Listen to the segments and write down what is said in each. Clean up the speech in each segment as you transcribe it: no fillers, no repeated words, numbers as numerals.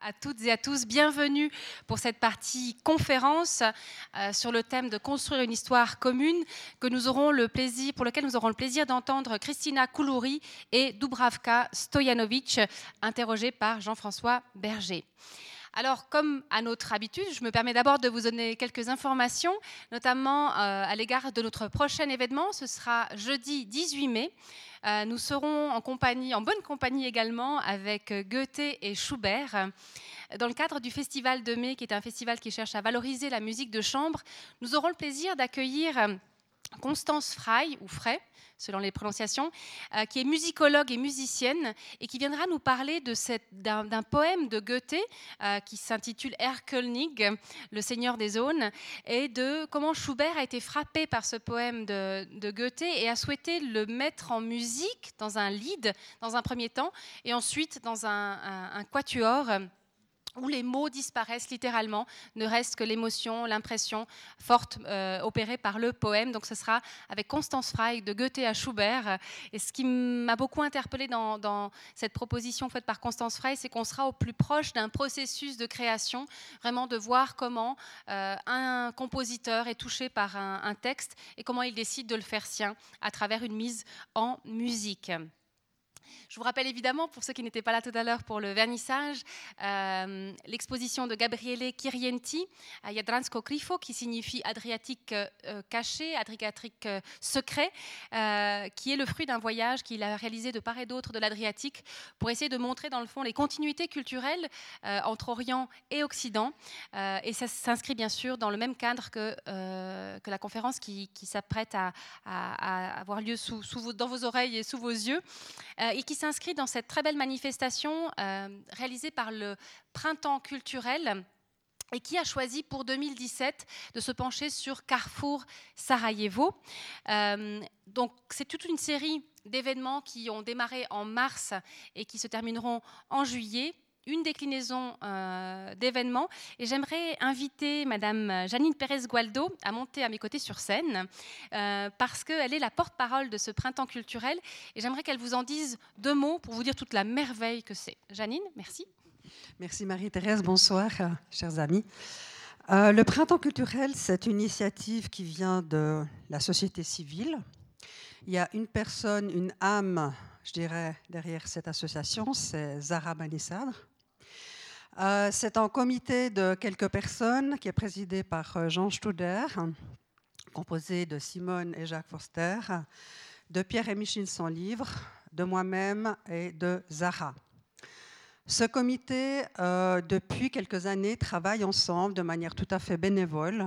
À toutes et à tous, bienvenue pour cette partie conférence sur le thème de construire une histoire commune pour lequel nous aurons le plaisir d'entendre Kristina Koulouri et Dubravka Stojanovic, interrogées par Jean-François Berger. Alors, comme à notre habitude, je me permets d'abord de vous donner quelques informations, notamment à l'égard de notre prochain événement. Ce sera jeudi 18 mai. Nous serons en bonne compagnie également avec Goethe et Schubert. Dans le cadre du Festival de mai, qui est un festival qui cherche à valoriser la musique de chambre, nous aurons le plaisir d'accueillir Constance Frey, ou Frey, selon les prononciations, qui est musicologue et musicienne et qui viendra nous parler d'un poème de Goethe qui s'intitule Erlkönig, le Seigneur des Aunes, et de comment Schubert a été frappé par ce poème de Goethe et a souhaité le mettre en musique dans un lied, dans un premier temps, et ensuite dans un quatuor, où les mots disparaissent littéralement, ne reste que l'émotion, l'impression forte opérée par le poème. Donc ce sera avec Constance Frey, de Goethe à Schubert. Et ce qui m'a beaucoup interpellée dans cette proposition faite par Constance Frey, c'est qu'on sera au plus proche d'un processus de création, vraiment de voir comment un compositeur est touché par un texte et comment il décide de le faire sien à travers une mise en musique. Je vous rappelle évidemment, pour ceux qui n'étaient pas là tout à l'heure pour le vernissage, l'exposition de Gabriele Chirienti à Jadransko Krifo, qui signifie Adriatique caché, Adriatique secret, qui est le fruit d'un voyage qu'il a réalisé de part et d'autre de l'Adriatique pour essayer de montrer dans le fond les continuités culturelles entre Orient et Occident. Et ça s'inscrit bien sûr dans le même cadre que la conférence qui s'apprête à avoir lieu dans vos oreilles et sous vos yeux. Et qui s'inscrit dans cette très belle manifestation réalisée par le Printemps culturel et qui a choisi pour 2017 de se pencher sur Carrefour Sarajevo. Donc c'est toute une série d'événements qui ont démarré en mars et qui se termineront en juillet. Une déclinaison d'événements. Et j'aimerais inviter Madame Janine Pérez-Gualdo à monter à mes côtés sur scène parce qu'elle est la porte-parole de ce printemps culturel. Et j'aimerais qu'elle vous en dise 2 mots pour vous dire toute la merveille que c'est. Janine, merci. Merci Marie-Thérèse, bonsoir chers amis. Le printemps culturel, c'est une initiative qui vient de la société civile. Il y a une personne, une âme, je dirais, derrière cette association, c'est Zahra Bani-Sadr. C'est un comité de quelques personnes qui est présidé par Jean Studer, composé de Simone et Jacques Forster, de Pierre et Micheline Sans Livre, de moi-même et de Zahra. Ce comité, depuis quelques années, travaille ensemble de manière tout à fait bénévole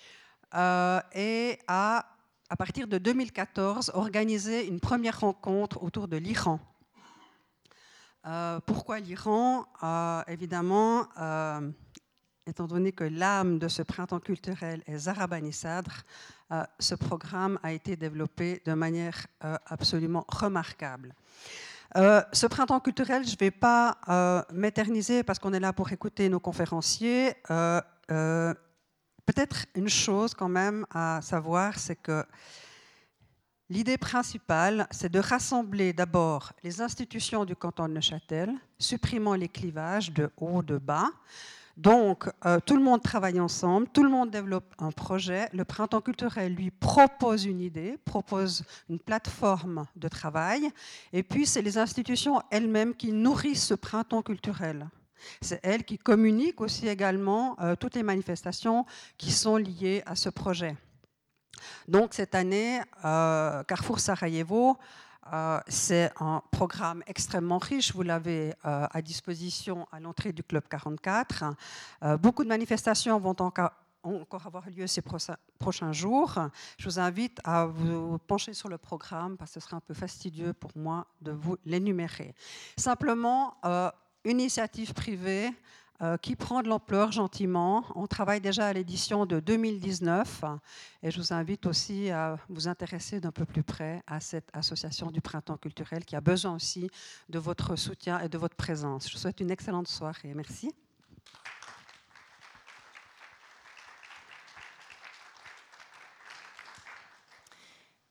et a, à partir de 2014, organisé une première rencontre autour de l'Iran. Pourquoi l'Iran ? Évidemment, étant donné que l'âme de ce printemps culturel est Zahra Bani-Sadr, ce programme a été développé de manière absolument remarquable. Ce printemps culturel, je ne vais pas m'éterniser parce qu'on est là pour écouter nos conférenciers. Peut-être une chose quand même à savoir, c'est que l'idée principale, c'est de rassembler d'abord les institutions du canton de Neuchâtel, supprimant les clivages de haut, de bas. Donc, tout le monde travaille ensemble, tout le monde développe un projet. Le printemps culturel, lui, propose une idée, propose une plateforme de travail. Et puis, c'est les institutions elles-mêmes qui nourrissent ce printemps culturel. C'est elles qui communiquent aussi également toutes les manifestations qui sont liées à ce projet. Donc cette année, Carrefour Sarajevo, c'est un programme extrêmement riche. Vous l'avez à disposition à l'entrée du Club 44. Beaucoup de manifestations vont encore avoir lieu ces prochains jours. Je vous invite à vous pencher sur le programme parce que ce sera un peu fastidieux pour moi de vous l'énumérer. Simplement, une initiative privée qui prend de l'ampleur gentiment. On travaille déjà à l'édition de 2019 et je vous invite aussi à vous intéresser d'un peu plus près à cette association du printemps culturel qui a besoin aussi de votre soutien et de votre présence. Je vous souhaite une excellente soirée. Merci.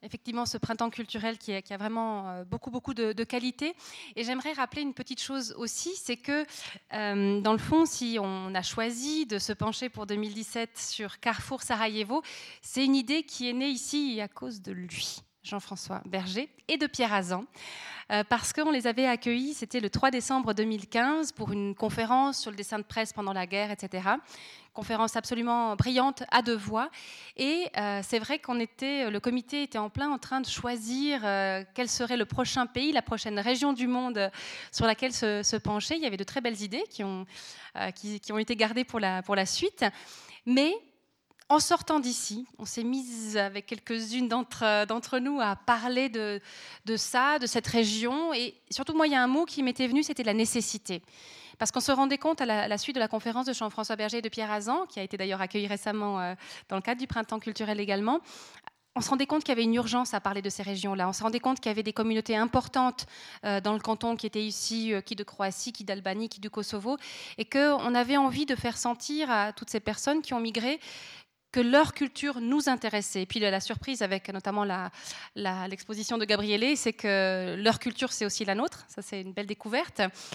effectivement ce printemps culturel qui a vraiment beaucoup de qualité. Et j'aimerais rappeler une petite chose aussi, c'est que dans le fond, si on a choisi de se pencher pour 2017 sur Carrefour Sarajevo, c'est une idée qui est née ici à cause de lui, Jean-François Berger, et de Pierre Azan, parce qu'on les avait accueillis, c'était le 3 décembre 2015, pour une conférence sur le dessin de presse pendant la guerre, etc. Conférence absolument brillante, à 2 voix. Et c'est vrai le comité était en plein en train de choisir quel serait le prochain pays, la prochaine région du monde sur laquelle se pencher. Il y avait de très belles idées qui ont été gardées pour la suite. Mais en sortant d'ici, on s'est mis avec quelques-unes d'entre nous à parler de ça, de cette région. Et surtout, moi, il y a un mot qui m'était venu, c'était la nécessité. Parce qu'on se rendait compte à la suite de la conférence de Jean-François Berger et de Pierre Azan, qui a été d'ailleurs accueilli récemment dans le cadre du Printemps culturel également, on se rendait compte qu'il y avait une urgence à parler de ces régions-là. On se rendait compte qu'il y avait des communautés importantes dans le canton qui étaient ici, qui de Croatie, qui d'Albanie, qui du Kosovo, et qu'on avait envie de faire sentir à toutes ces personnes qui ont migré que leur culture nous intéressait. Et puis la surprise avec notamment l'exposition de Gabriele, c'est que leur culture, c'est aussi la nôtre. Ça, c'est une belle découverte.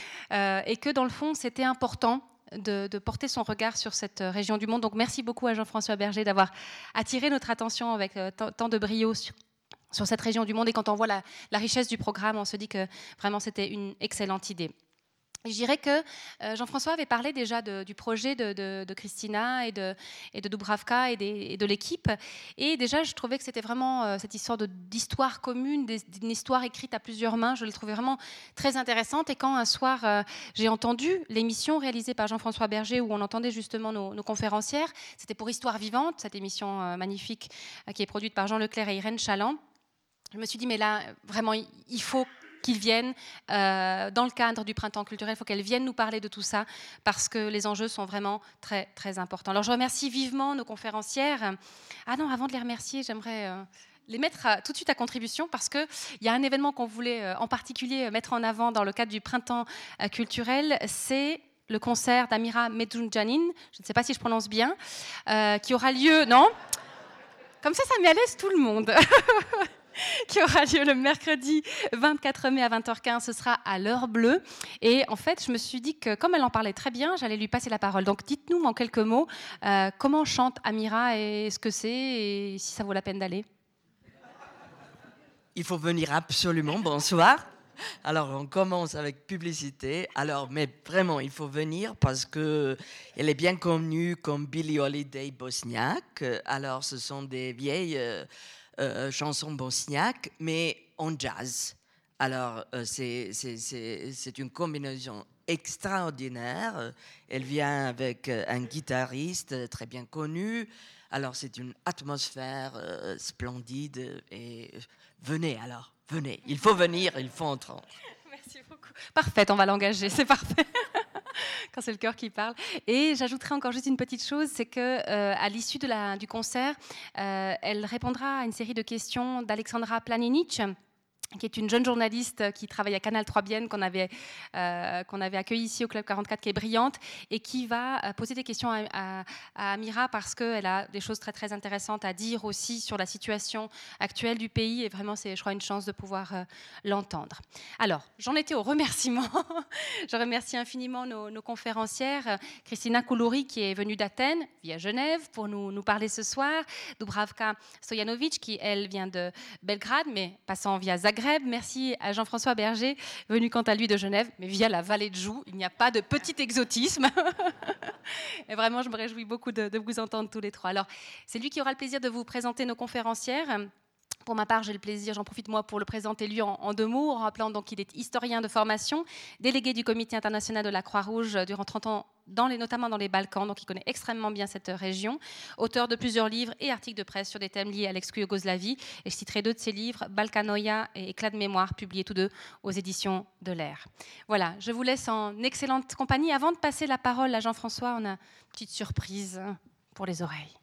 Et que dans le fond, c'était important de porter son regard sur cette région du monde. Donc merci beaucoup à Jean-François Berger d'avoir attiré notre attention avec tant de brio sur cette région du monde. Et quand on voit la richesse du programme, on se dit que vraiment c'était une excellente idée. Je dirais que Jean-François avait parlé déjà du projet de Christina et de Dubravka et de l'équipe. Et déjà, je trouvais que c'était vraiment cette histoire d'histoire commune, d'une histoire écrite à plusieurs mains. Je le trouvais vraiment très intéressante. Et quand un soir, j'ai entendu l'émission réalisée par Jean-François Berger, où on entendait justement nos conférencières, c'était pour Histoire vivante, cette émission magnifique qui est produite par Jean Leclerc et Irène Chaland. Je me suis dit, mais là, vraiment, il faut qu'ils viennent dans le cadre du printemps culturel. Il faut qu'elles viennent nous parler de tout ça parce que les enjeux sont vraiment très, très importants. Alors, je remercie vivement nos conférencières. Ah non, avant de les remercier, j'aimerais les mettre tout de suite à contribution parce qu'il y a un événement qu'on voulait en particulier mettre en avant dans le cadre du printemps culturel. C'est le concert d'Amira Medunjanin, je ne sais pas si je prononce bien, qui aura lieu... Non ? Comme ça met à l'aise tout le monde. Qui aura lieu le mercredi 24 mai à 20h15. Ce sera à l'heure bleue. Et en fait, je me suis dit que comme elle en parlait très bien, j'allais lui passer la parole. Donc dites-nous en quelques mots comment chante Amira et ce que c'est et si ça vaut la peine d'aller. Il faut venir absolument. Bonsoir. Alors, on commence avec publicité. Alors, mais vraiment, il faut venir parce qu'elle est bien connue comme Billie Holiday bosniaque. Alors, ce sont des vieilles... chansons bosniaques, mais en jazz. Alors, c'est une combinaison extraordinaire. Elle vient avec un guitariste très bien connu. Alors, c'est une atmosphère splendide. Et venez alors, venez. Il faut venir, il faut entendre. Merci beaucoup. Parfait, on va l'engager, c'est parfait. Quand c'est le cœur qui parle. Et j'ajouterai encore juste une petite chose, c'est qu'à l'issue du concert, elle répondra à une série de questions d'Alexandra Planinic, qui est une jeune journaliste qui travaille à Canal 3 Bienne, qu'on avait accueillie ici au Club 44, qui est brillante, et qui va poser des questions à Amira parce qu'elle a des choses très, très intéressantes à dire aussi sur la situation actuelle du pays, et vraiment, c'est, je crois, une chance de pouvoir l'entendre. Alors, j'en étais au remerciement. Je remercie infiniment nos conférencières, Christina Koulouri, qui est venue d'Athènes, via Genève, pour nous parler ce soir, Dubravka Stojanovic, qui, elle, vient de Belgrade, mais passant via Zagreb. Merci à Jean-François Berger, venu quant à lui de Genève, mais via la vallée de Joux. Il n'y a pas de petit exotisme. Et vraiment, je me réjouis beaucoup de vous entendre tous les trois. Alors, c'est lui qui aura le plaisir de vous présenter nos conférencières. Pour ma part, j'ai le plaisir, j'en profite moi pour le présenter lui en 2 mots, en rappelant donc qu'il est historien de formation, délégué du Comité international de la Croix-Rouge durant 30 ans, notamment dans les Balkans, donc il connaît extrêmement bien cette région, auteur de plusieurs livres et articles de presse sur des thèmes liés à l'ex-Yougoslavie. Et je citerai 2 de ses livres, Balkanoia et Éclat de mémoire, publiés tous 2 aux éditions de l'Air. Voilà, je vous laisse en excellente compagnie. Avant de passer la parole à Jean-François, on a une petite surprise pour les oreilles.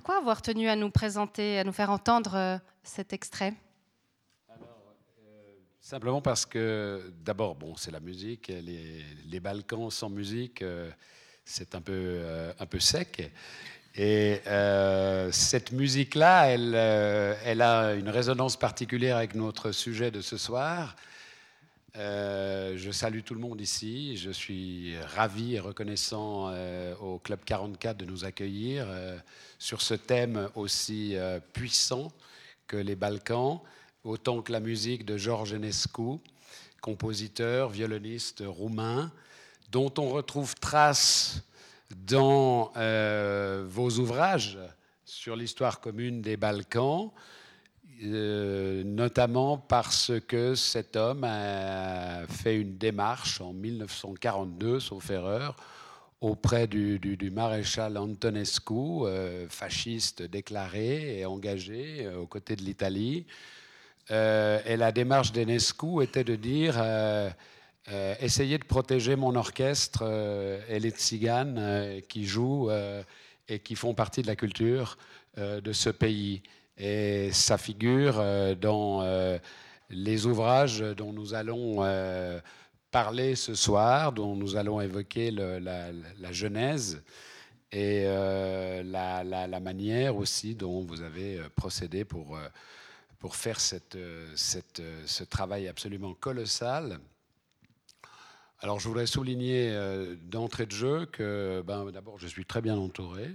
pourquoi avoir tenu à nous présenter, à nous faire entendre cet extrait? Simplement parce que, d'abord, bon, c'est la musique. Les Balkans sans musique, c'est un peu sec. Et cette musique-là, elle a une résonance particulière avec notre sujet de ce soir. Je salue tout le monde ici. Je suis ravi et reconnaissant au Club 44 de nous accueillir sur ce thème aussi puissant que les Balkans, autant que la musique de George Enescu, compositeur, violoniste roumain, dont on retrouve trace dans vos ouvrages sur l'histoire commune des Balkans, notamment parce que cet homme a fait une démarche en 1942, sauf erreur, auprès du maréchal Antonescu, fasciste déclaré et engagé aux côtés de l'Italie. Et la démarche d'Enescu était de dire essayez de protéger mon orchestre et les tziganes qui jouent et qui font partie de la culture de ce pays. Et ça figure dans les ouvrages dont nous allons parler ce soir, dont nous allons évoquer la genèse et la manière aussi dont vous avez procédé pour faire ce travail absolument colossal. Alors je voudrais souligner d'entrée de jeu que d'abord je suis très bien entouré.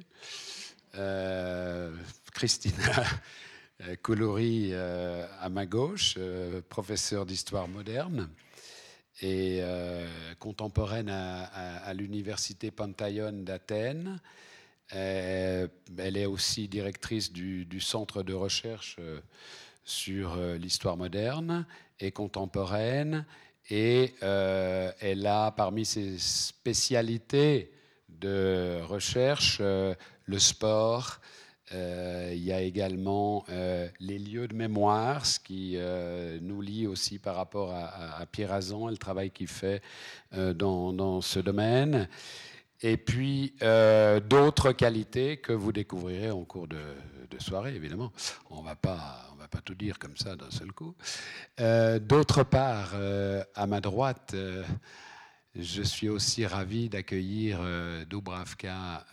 Christina Coulouri à ma gauche, professeure d'histoire moderne et contemporaine à l'université Pantaion d'Athènes. Elle est aussi directrice du centre de recherche sur l'histoire moderne et contemporaine. Et elle a parmi ses spécialités de recherche le sport. Il y a également les lieux de mémoire, ce qui nous lie aussi par rapport à Pierre Azan et le travail qu'il fait dans ce domaine. Et puis d'autres qualités que vous découvrirez en cours de soirée, évidemment. On va pas tout dire comme ça d'un seul coup. D'autre part, à ma droite, je suis aussi ravi d'accueillir Dubravka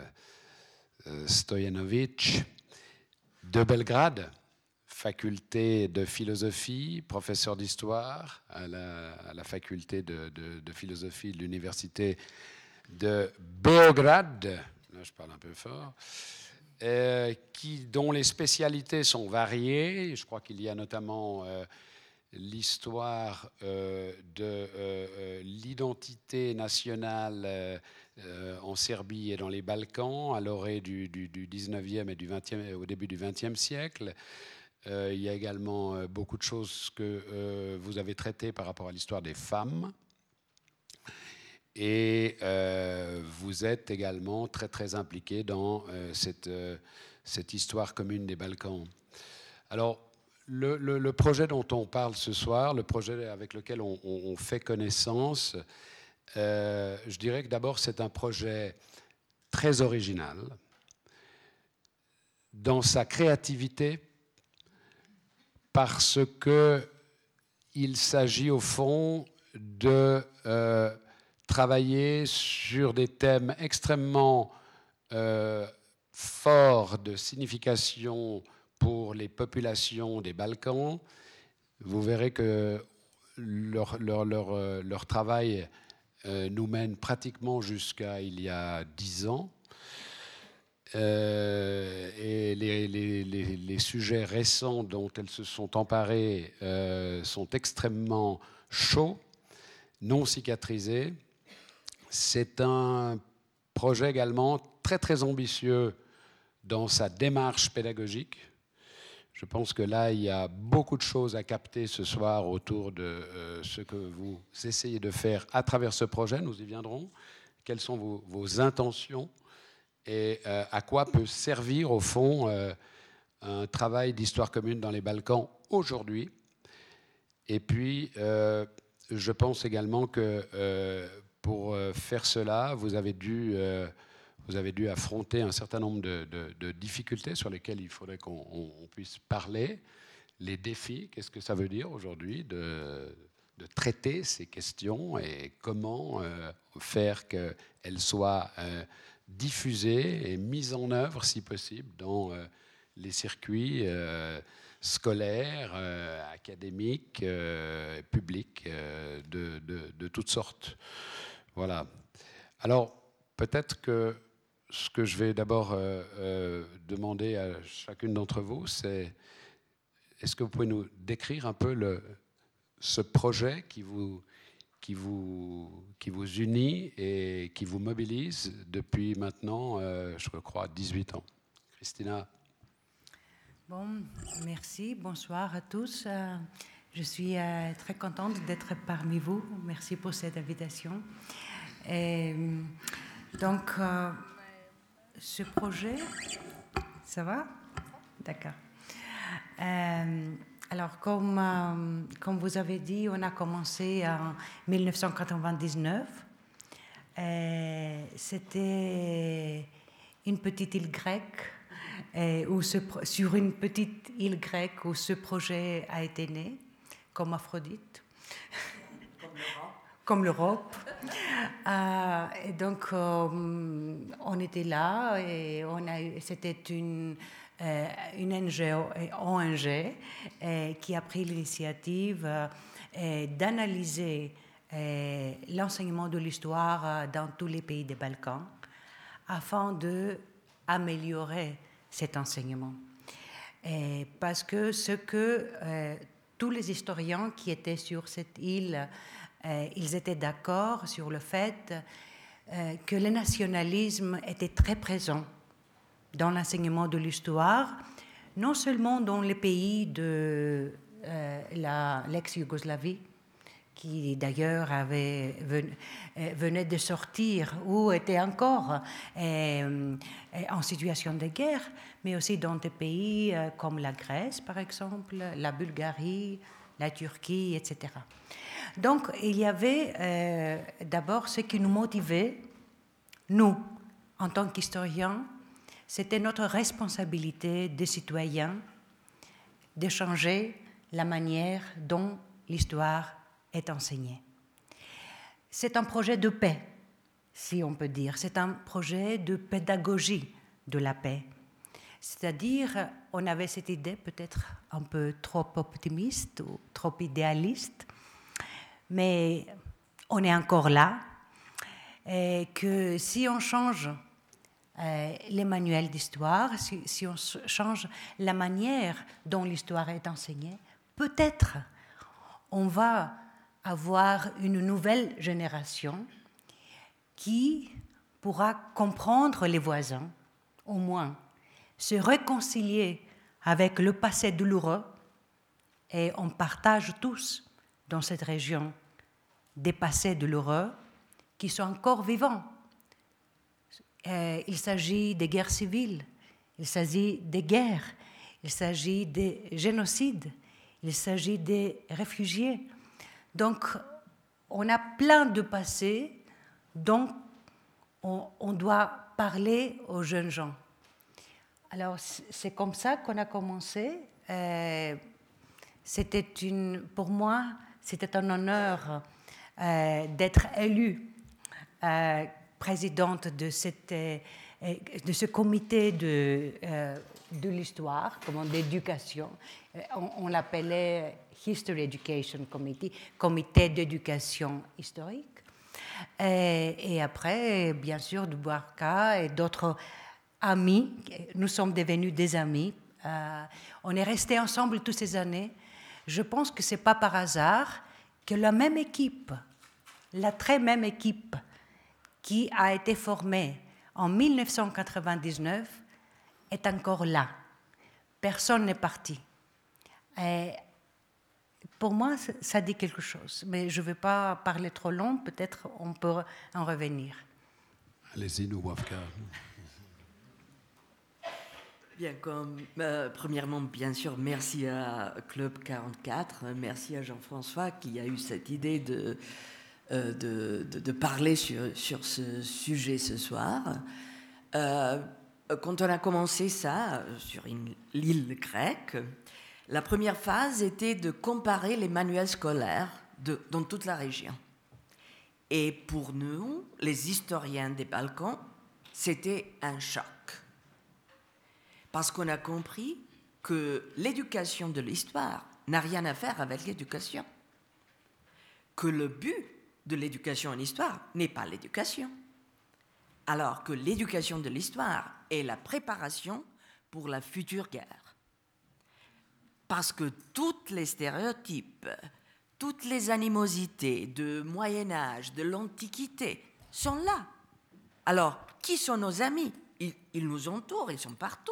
Stojanovic de Belgrade, faculté de philosophie, professeur d'histoire à la faculté de philosophie de l'université de Beograd, là je parle un peu fort, dont les spécialités sont variées. Je crois qu'il y a notamment l'histoire de l'identité nationale en Serbie et dans les Balkans à l'orée du 19e et du 20e, au début du 20e siècle. Il y a également beaucoup de choses que vous avez traitées par rapport à l'histoire des femmes. Et vous êtes également très très impliqué dans cette histoire commune des Balkans. Alors, le projet dont on parle ce soir, le projet avec lequel on fait connaissance, je dirais que d'abord c'est un projet très original dans sa créativité parce qu'il s'agit au fond de travailler sur des thèmes extrêmement forts de signification pour les populations des Balkans. Vous verrez que leur travail nous mène pratiquement jusqu'à il y a 10 ans. Et les sujets récents dont elles se sont emparées sont extrêmement chauds, non cicatrisés. C'est un projet également très très ambitieux dans sa démarche pédagogique. Je pense que là, il y a beaucoup de choses à capter ce soir autour de ce que vous essayez de faire à travers ce projet. Nous y viendrons. Quelles sont vos intentions et à quoi peut servir au fond un travail d'histoire commune dans les Balkans aujourd'hui. Et puis, je pense également que pour faire cela, vous avez dû vous avez dû affronter un certain nombre de difficultés sur lesquelles il faudrait qu'on puisse parler. Les défis, qu'est-ce que ça veut dire aujourd'hui de traiter ces questions et comment faire qu'elles soient diffusées et mises en œuvre, si possible, dans les circuits scolaires, académiques, publics, de toutes sortes. Voilà. Alors, peut-être que ce que je vais d'abord demander à chacune d'entre vous, c'est est-ce que vous pouvez nous décrire un peu ce projet qui vous unit et qui vous mobilise depuis maintenant, je crois, 18 ans. Christina. Bon, merci. Bonsoir à tous. Je suis très contente d'être parmi vous. Merci pour cette invitation. Et, donc, ce projet, ça va? D'accord. Alors, comme vous avez dit, on a commencé en 1999. C'était une petite île grecque, sur une petite île grecque où ce projet a été né, comme Aphrodite, comme l'Europe. Et donc, on était là et c'était une ONG qui a pris l'initiative d'analyser l'enseignement de l'histoire dans tous les pays des Balkans afin d'améliorer cet enseignement. Parce que tous les historiens qui étaient sur cette île, ils étaient d'accord sur le fait que le nationalisme était très présent dans l'enseignement de l'histoire, non seulement dans les pays de l'ex-Yougoslavie, qui d'ailleurs venait de sortir ou était encore en situation de guerre, mais aussi dans des pays comme la Grèce, par exemple, la Bulgarie, la Turquie, etc. Donc, il y avait d'abord ce qui nous motivait, nous, en tant qu'historiens. C'était notre responsabilité de citoyens de changer la manière dont l'histoire est enseignée. C'est un projet de paix, si on peut dire. C'est un projet de pédagogie de la paix. C'est-à-dire, on avait cette idée peut-être un peu trop optimiste ou trop idéaliste, mais on est encore là, et que si on change les manuels d'histoire, si on change la manière dont l'histoire est enseignée, peut-être on va avoir une nouvelle génération qui pourra comprendre les voisins, au moins se réconcilier avec le passé douloureux, et on partage tous dans cette région des passés douloureux qui sont encore vivants. Il s'agit des guerres civiles, il s'agit des guerres, il s'agit des génocides, il s'agit des réfugiés. Donc, on a plein de passés dont on doit parler aux jeunes gens. Alors, c'est comme ça qu'on a commencé. Pour moi, c'était un honneur d'être élue présidente de ce comité de l'histoire, d'éducation. On l'appelait History Education Committee, comité d'éducation historique. Et après, bien sûr, Dubravka et d'autres amis, nous sommes devenus des amis. On est restés ensemble toutes ces années. Je pense que ce n'est pas par hasard que la même équipe, la très même équipe qui a été formée en 1999 est encore là. Personne n'est parti. Et pour moi, ça dit quelque chose. Mais je ne vais pas parler trop long, peut-être on peut en revenir. Allez-y, Dubravka. Bien, premièrement, bien sûr, merci à Club 44, merci à Jean-François qui a eu cette idée de parler sur ce sujet ce soir. quand on a commencé ça sur l'île grecque, la première phase était de comparer les manuels scolaires dans toute la région. Et pour nous, les historiens des Balkans, c'était un choc. Parce qu'on a compris que l'éducation de l'histoire n'a rien à faire avec l'éducation. Que le but de l'éducation en histoire n'est pas l'éducation. Alors que l'éducation de l'histoire est la préparation pour la future guerre. Parce que tous les stéréotypes, toutes les animosités du Moyen-Âge, de l'Antiquité sont là. Alors, qui sont nos amis ? Ils nous entourent, ils sont partout.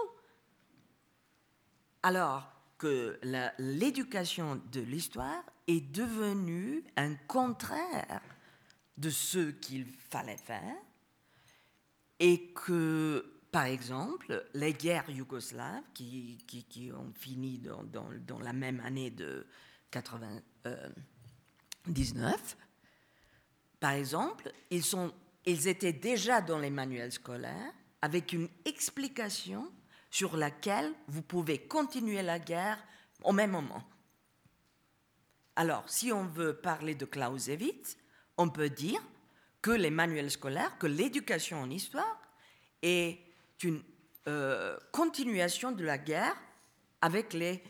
Alors que l'éducation de l'histoire est devenue un contraire de ce qu'il fallait faire et que, par exemple, les guerres yougoslaves qui ont fini dans la même année de 99, par exemple, ils étaient déjà dans les manuels scolaires avec une explication sur laquelle vous pouvez continuer la guerre au même moment. Alors, si on veut parler de Clausewitz, on peut dire que les manuels scolaires, que l'éducation en histoire est une continuation de la guerre avec les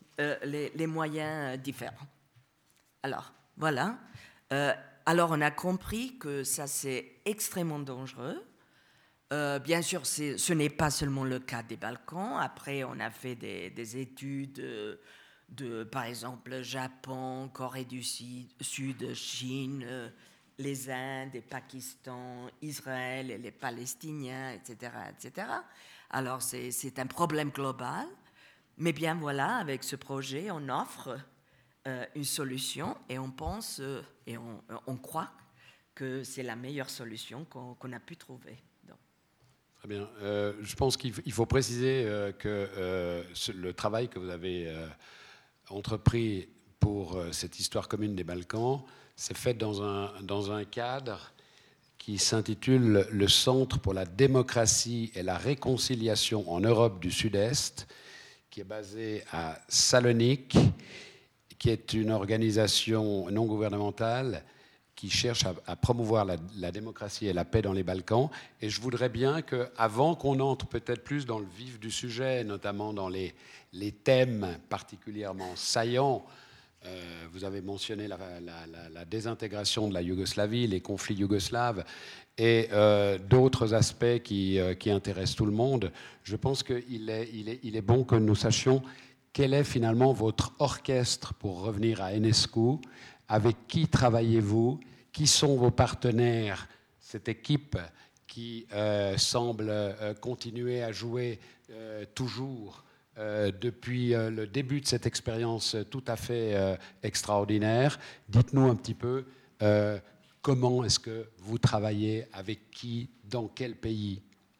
moyens différents. Alors, voilà. Alors, on a compris que ça, c'est extrêmement dangereux. Bien sûr, ce n'est pas seulement le cas des Balkans. Après, on a fait des études par exemple, Japon, Corée du Sud, Chine, les Indes, et Pakistan, Israël et les Palestiniens, etc., etc. Alors, c'est un problème global. Mais bien voilà, avec ce projet, on offre une solution et on pense et on croit que c'est la meilleure solution qu'on a pu trouver. Très bien. Je pense qu'il faut préciser que le travail que vous avez entrepris pour cette histoire commune des Balkans s'est fait dans un cadre qui s'intitule le Centre pour la démocratie et la réconciliation en Europe du Sud-Est, qui est basé à Salonique, qui est une organisation non gouvernementale qui cherche à promouvoir la démocratie et la paix dans les Balkans. Et je voudrais bien qu'avant qu'on entre peut-être plus dans le vif du sujet, notamment dans les thèmes particulièrement saillants, vous avez mentionné la désintégration de la Yougoslavie, les conflits yougoslaves et d'autres aspects qui intéressent tout le monde. Je pense qu'il est bon que nous sachions quel est finalement votre orchestre pour revenir à Enescu. Avec qui travaillez-vous? Qui sont vos partenaires? Cette équipe qui semble continuer à jouer toujours depuis le début de cette expérience tout à fait extraordinaire. Dites-nous un petit peu comment est-ce que vous travaillez, avec qui, dans quel pays?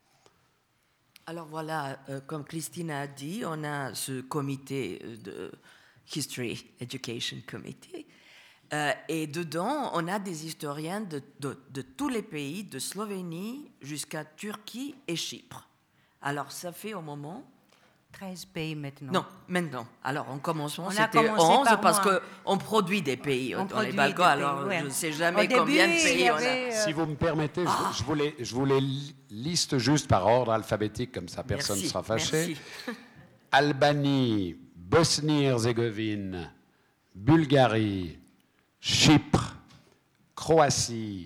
Alors voilà, comme Christine a dit, on a ce comité de History Education Committee. Et dedans, on a des historiens de tous les pays, de Slovénie jusqu'à Turquie et Chypre. Alors, ça fait au moment... 13 pays maintenant. Non, maintenant. Alors, en commençant, c'était 11 parce qu'on produit des pays dans les Balkans. Alors, je ne sais jamais combien de pays on a. Si vous me permettez, je vous les liste juste par ordre alphabétique, comme ça personne ne sera fâché. Albanie, Bosnie-Herzégovine, Bulgarie, Chypre, Croatie,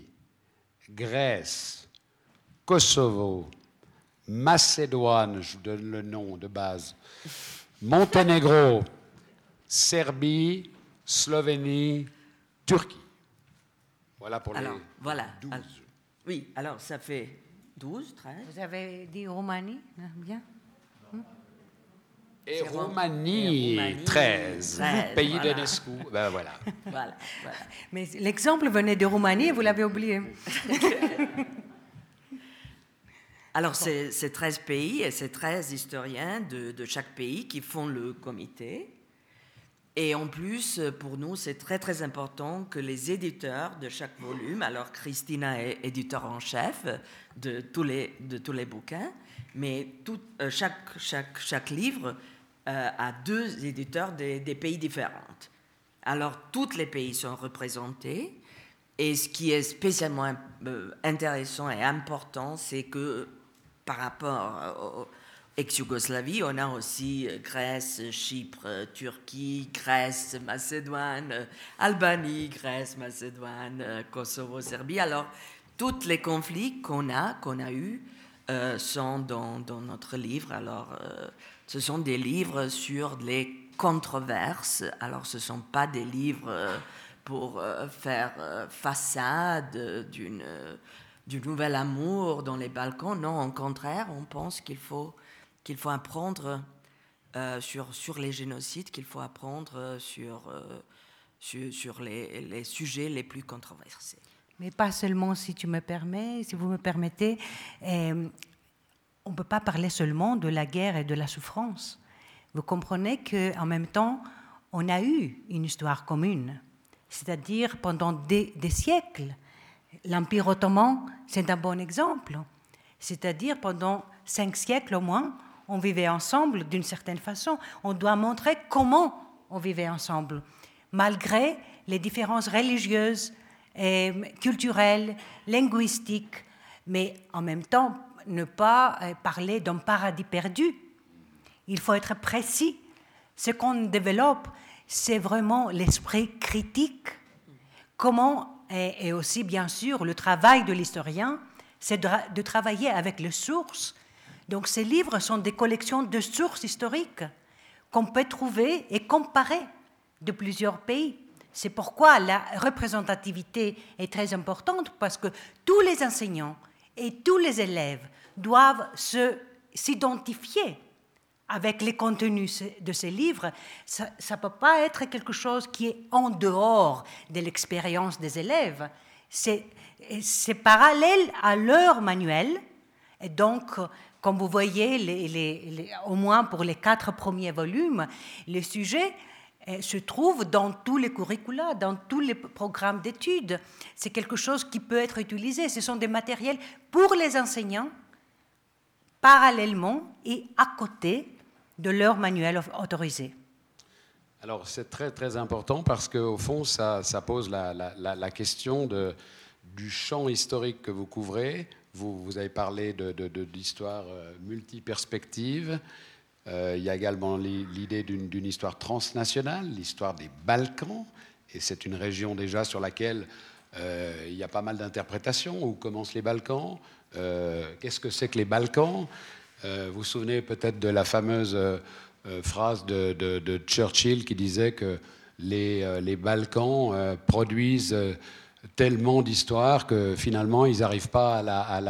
Grèce, Kosovo, Macédoine, je vous donne le nom de base, Monténégro, Serbie, Slovénie, Turquie. Voilà pour les 12. Oui, alors ça fait 12, 13. Vous avez dit Roumanie, bien. Et Roumanie, 13. Pays d'Enescu. Ben voilà. Voilà. Mais l'exemple venait de Roumanie, vous l'avez oublié. Alors, c'est 13 pays et c'est 13 historiens de chaque pays qui font le comité. Et en plus, pour nous, c'est très très important que les éditeurs de chaque volume, alors Christina est éditeur en chef de tous les bouquins, mais chaque livre a 2 éditeurs des pays différents. Alors, tous les pays sont représentés, et ce qui est spécialement intéressant et important, c'est que par rapport au ex-Yougoslavie, on a aussi Grèce, Chypre, Turquie, Grèce, Macédoine, Albanie, Grèce, Macédoine, Kosovo, Serbie. Alors, tous les conflits qu'on a eus sont dans notre livre. Alors, ce sont des livres sur les controverses. Alors, ce ne sont pas des livres pour faire façade du nouvel amour dans les Balkans. Non, au contraire, on pense qu'il faut apprendre sur les génocides, qu'il faut apprendre sur les sujets les plus controversés. Mais pas seulement, si vous me permettez, on ne peut pas parler seulement de la guerre et de la souffrance. Vous comprenez qu'en même temps, on a eu une histoire commune, c'est-à-dire pendant des siècles. L'Empire ottoman, c'est un bon exemple. C'est-à-dire pendant 5 siècles au moins, on vivait ensemble d'une certaine façon. On doit montrer comment on vivait ensemble, malgré les différences religieuses, et culturelles, linguistiques, mais en même temps ne pas parler d'un paradis perdu. Il faut être précis. Ce qu'on développe, c'est vraiment l'esprit critique. Comment, et aussi bien sûr le travail de l'historien, c'est de travailler avec les sources. Donc ces livres sont des collections de sources historiques qu'on peut trouver et comparer de plusieurs pays. C'est pourquoi la représentativité est très importante, parce que tous les enseignants et tous les élèves doivent s'identifier avec les contenus de ces livres. Ça ne peut pas être quelque chose qui est en dehors de l'expérience des élèves. C'est parallèle à leur manuel. Et donc, comme vous voyez, au moins pour les 4 premiers volumes, les sujets se trouvent dans tous les curricula, dans tous les programmes d'études. C'est quelque chose qui peut être utilisé. Ce sont des matériels pour les enseignants, parallèlement et à côté de leur manuel autorisé. Alors c'est très très important parce qu'au fond ça pose la question du champ historique que vous couvrez. Vous avez parlé d'histoire multiperspective. Il y a également l'idée d'une histoire transnationale, l'histoire des Balkans, et c'est une région déjà sur laquelle il y a pas mal d'interprétations. Où commencent les Balkans? Qu'est-ce que c'est que les Balkans? Vous vous souvenez peut-être de la fameuse phrase de Churchill qui disait que les Balkans produisent tellement d'histoires que finalement ils n'arrivent pas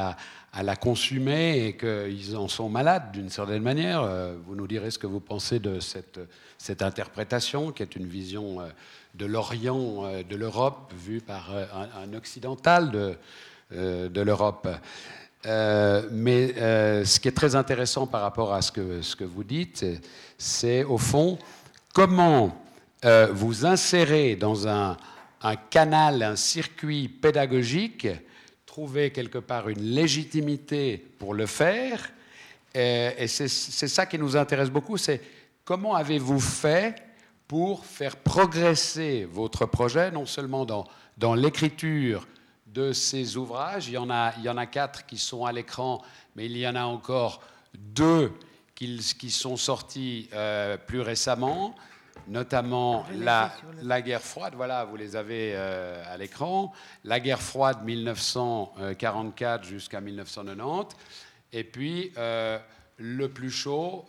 à la consumer et qu'ils en sont malades d'une certaine manière. Vous nous direz ce que vous pensez de cette interprétation qui est une vision de l'Orient, de l'Europe, vue par un occidental de l'Europe. Mais ce qui est très intéressant par rapport à ce que vous dites, c'est au fond comment vous insérez dans un canal, un circuit pédagogique, trouver quelque part une légitimité pour le faire. Et c'est ça qui nous intéresse beaucoup, c'est comment avez-vous fait pour faire progresser votre projet, non seulement dans l'écriture de ces ouvrages. Il y en a 4 qui sont à l'écran, mais il y en a encore 2 qui sont sortis plus récemment, notamment la guerre froide. Voilà, vous les avez à l'écran. La guerre froide 1944 jusqu'à 1990. Et puis le plus chaud,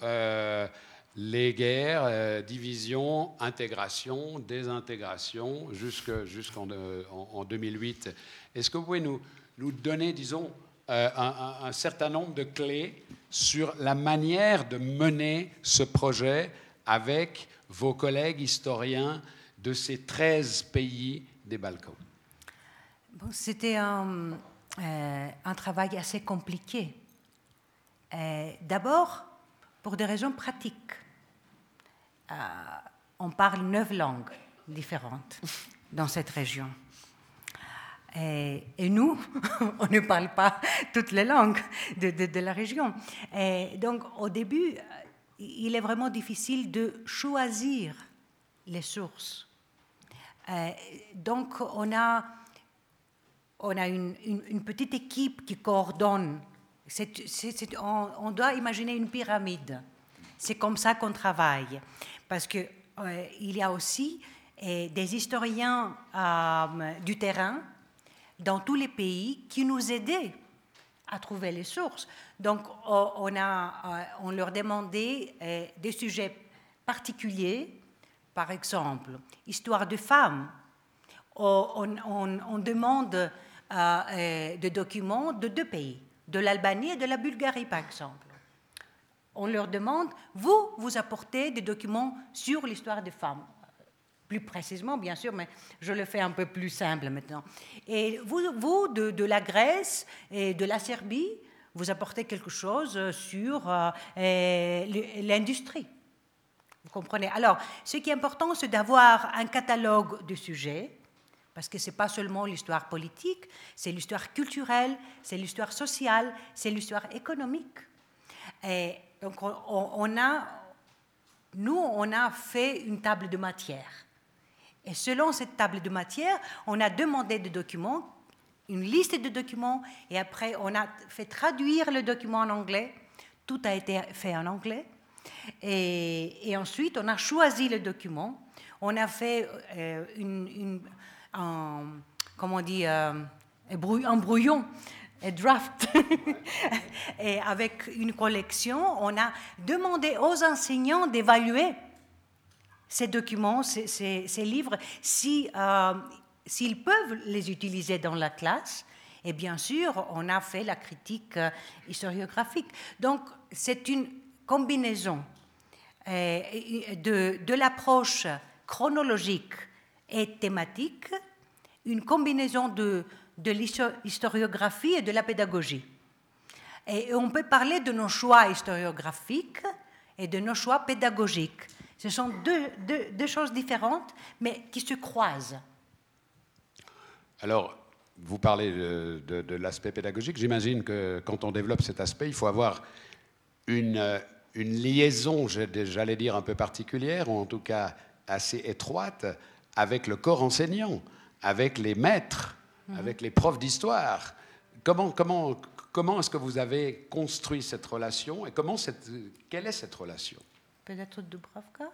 les guerres, division, intégration, désintégration, jusqu'en 2008. Est-ce que vous pouvez nous donner, disons, un certain nombre de clés sur la manière de mener ce projet avec vos collègues historiens de ces 13 pays des Balkans? Bon, c'était un travail assez compliqué. D'abord, pour des raisons pratiques. on parle 9 langues différentes dans cette région. Et nous, on ne parle pas toutes les langues de la région. Et donc, au début, il est vraiment difficile de choisir les sources. Donc, on a une petite équipe qui coordonne. On doit imaginer une pyramide. C'est comme ça qu'on travaille. Parce qu'il y a aussi des historiens du terrain dans tous les pays qui nous aidaient à trouver les sources. Donc, on leur demandait des sujets particuliers, par exemple, histoire de femmes. On demande des documents de 2 pays, de l'Albanie et de la Bulgarie, par exemple. On leur demande, vous apportez des documents sur l'histoire des femmes. Plus précisément, bien sûr, mais je le fais un peu plus simple maintenant. Et vous de la Grèce et de la Serbie, vous apportez quelque chose sur l'industrie. Vous comprenez? Alors, ce qui est important, c'est d'avoir un catalogue de sujets, parce que ce n'est pas seulement l'histoire politique, c'est l'histoire culturelle, c'est l'histoire sociale, c'est l'histoire économique. Et donc, on a fait une table de matière. Et selon cette table de matière, on a demandé des documents, une liste de documents, et après, on a fait traduire le document en anglais. Tout a été fait en anglais. Et ensuite, on a choisi le document. On a fait un brouillon, un draft. Et avec une collection, on a demandé aux enseignants d'évaluer ces documents, ces livres, s'ils peuvent les utiliser dans la classe. Et bien sûr, on a fait la critique historiographique. Donc, c'est une combinaison de l'approche chronologique et thématique, une combinaison de l'historiographie et de la pédagogie. Et on peut parler de nos choix historiographiques et de nos choix pédagogiques. Ce sont deux choses différentes, mais qui se croisent. Alors, vous parlez de l'aspect pédagogique. J'imagine que quand on développe cet aspect, il faut avoir une liaison, j'allais dire, un peu particulière, ou en tout cas assez étroite, avec le corps enseignant, avec les maîtres, avec les profs d'histoire. Comment est-ce que vous avez construit cette relation et quelle est cette relation? Peut-être Dubravka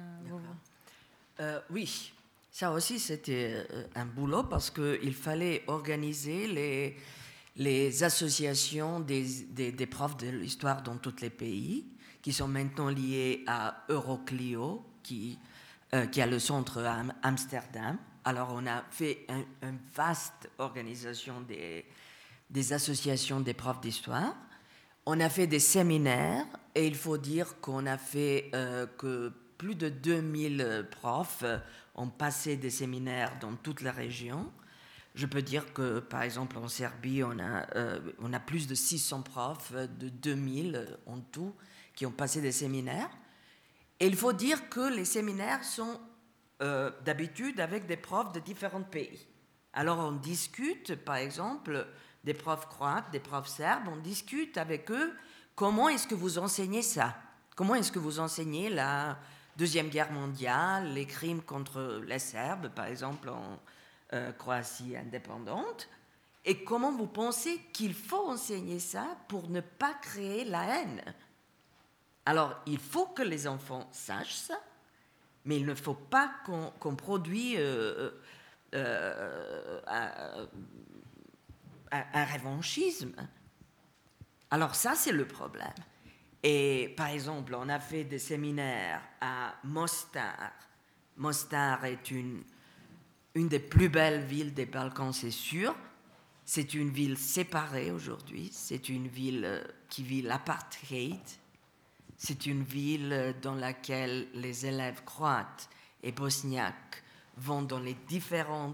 Oui, ça aussi c'était un boulot parce qu'il fallait organiser les associations des profs de l'histoire dans tous les pays, qui sont maintenant liés à Euroclio, qui a le centre à Amsterdam. Alors on a fait une vaste organisation des associations des profs d'histoire. On a fait des séminaires et il faut dire qu'on a fait que plus de 2000 profs ont passé des séminaires dans toute la région. Je peux dire que, par exemple, en Serbie, on a plus de 600 profs, de 2000 en tout, qui ont passé des séminaires. Et il faut dire que les séminaires sont d'habitude avec des profs de différents pays. Alors on discute, par exemple, des profs croates, des profs serbes, on discute avec eux comment est-ce que vous enseignez ça? Comment est-ce que vous enseignez la Deuxième Guerre mondiale, les crimes contre les Serbes, par exemple, en Croatie indépendante? Et comment vous pensez qu'il faut enseigner ça pour ne pas créer la haine? Alors, il faut que les enfants sachent ça, mais il ne faut pas qu'on produise un revanchisme. Alors ça, c'est le problème. Et par exemple, on a fait des séminaires à Mostar. Mostar est une des plus belles villes des Balkans, c'est sûr. C'est une ville séparée aujourd'hui. C'est une ville qui vit l'apartheid. C'est une ville dans laquelle les élèves croates et bosniaques vont dans les différentes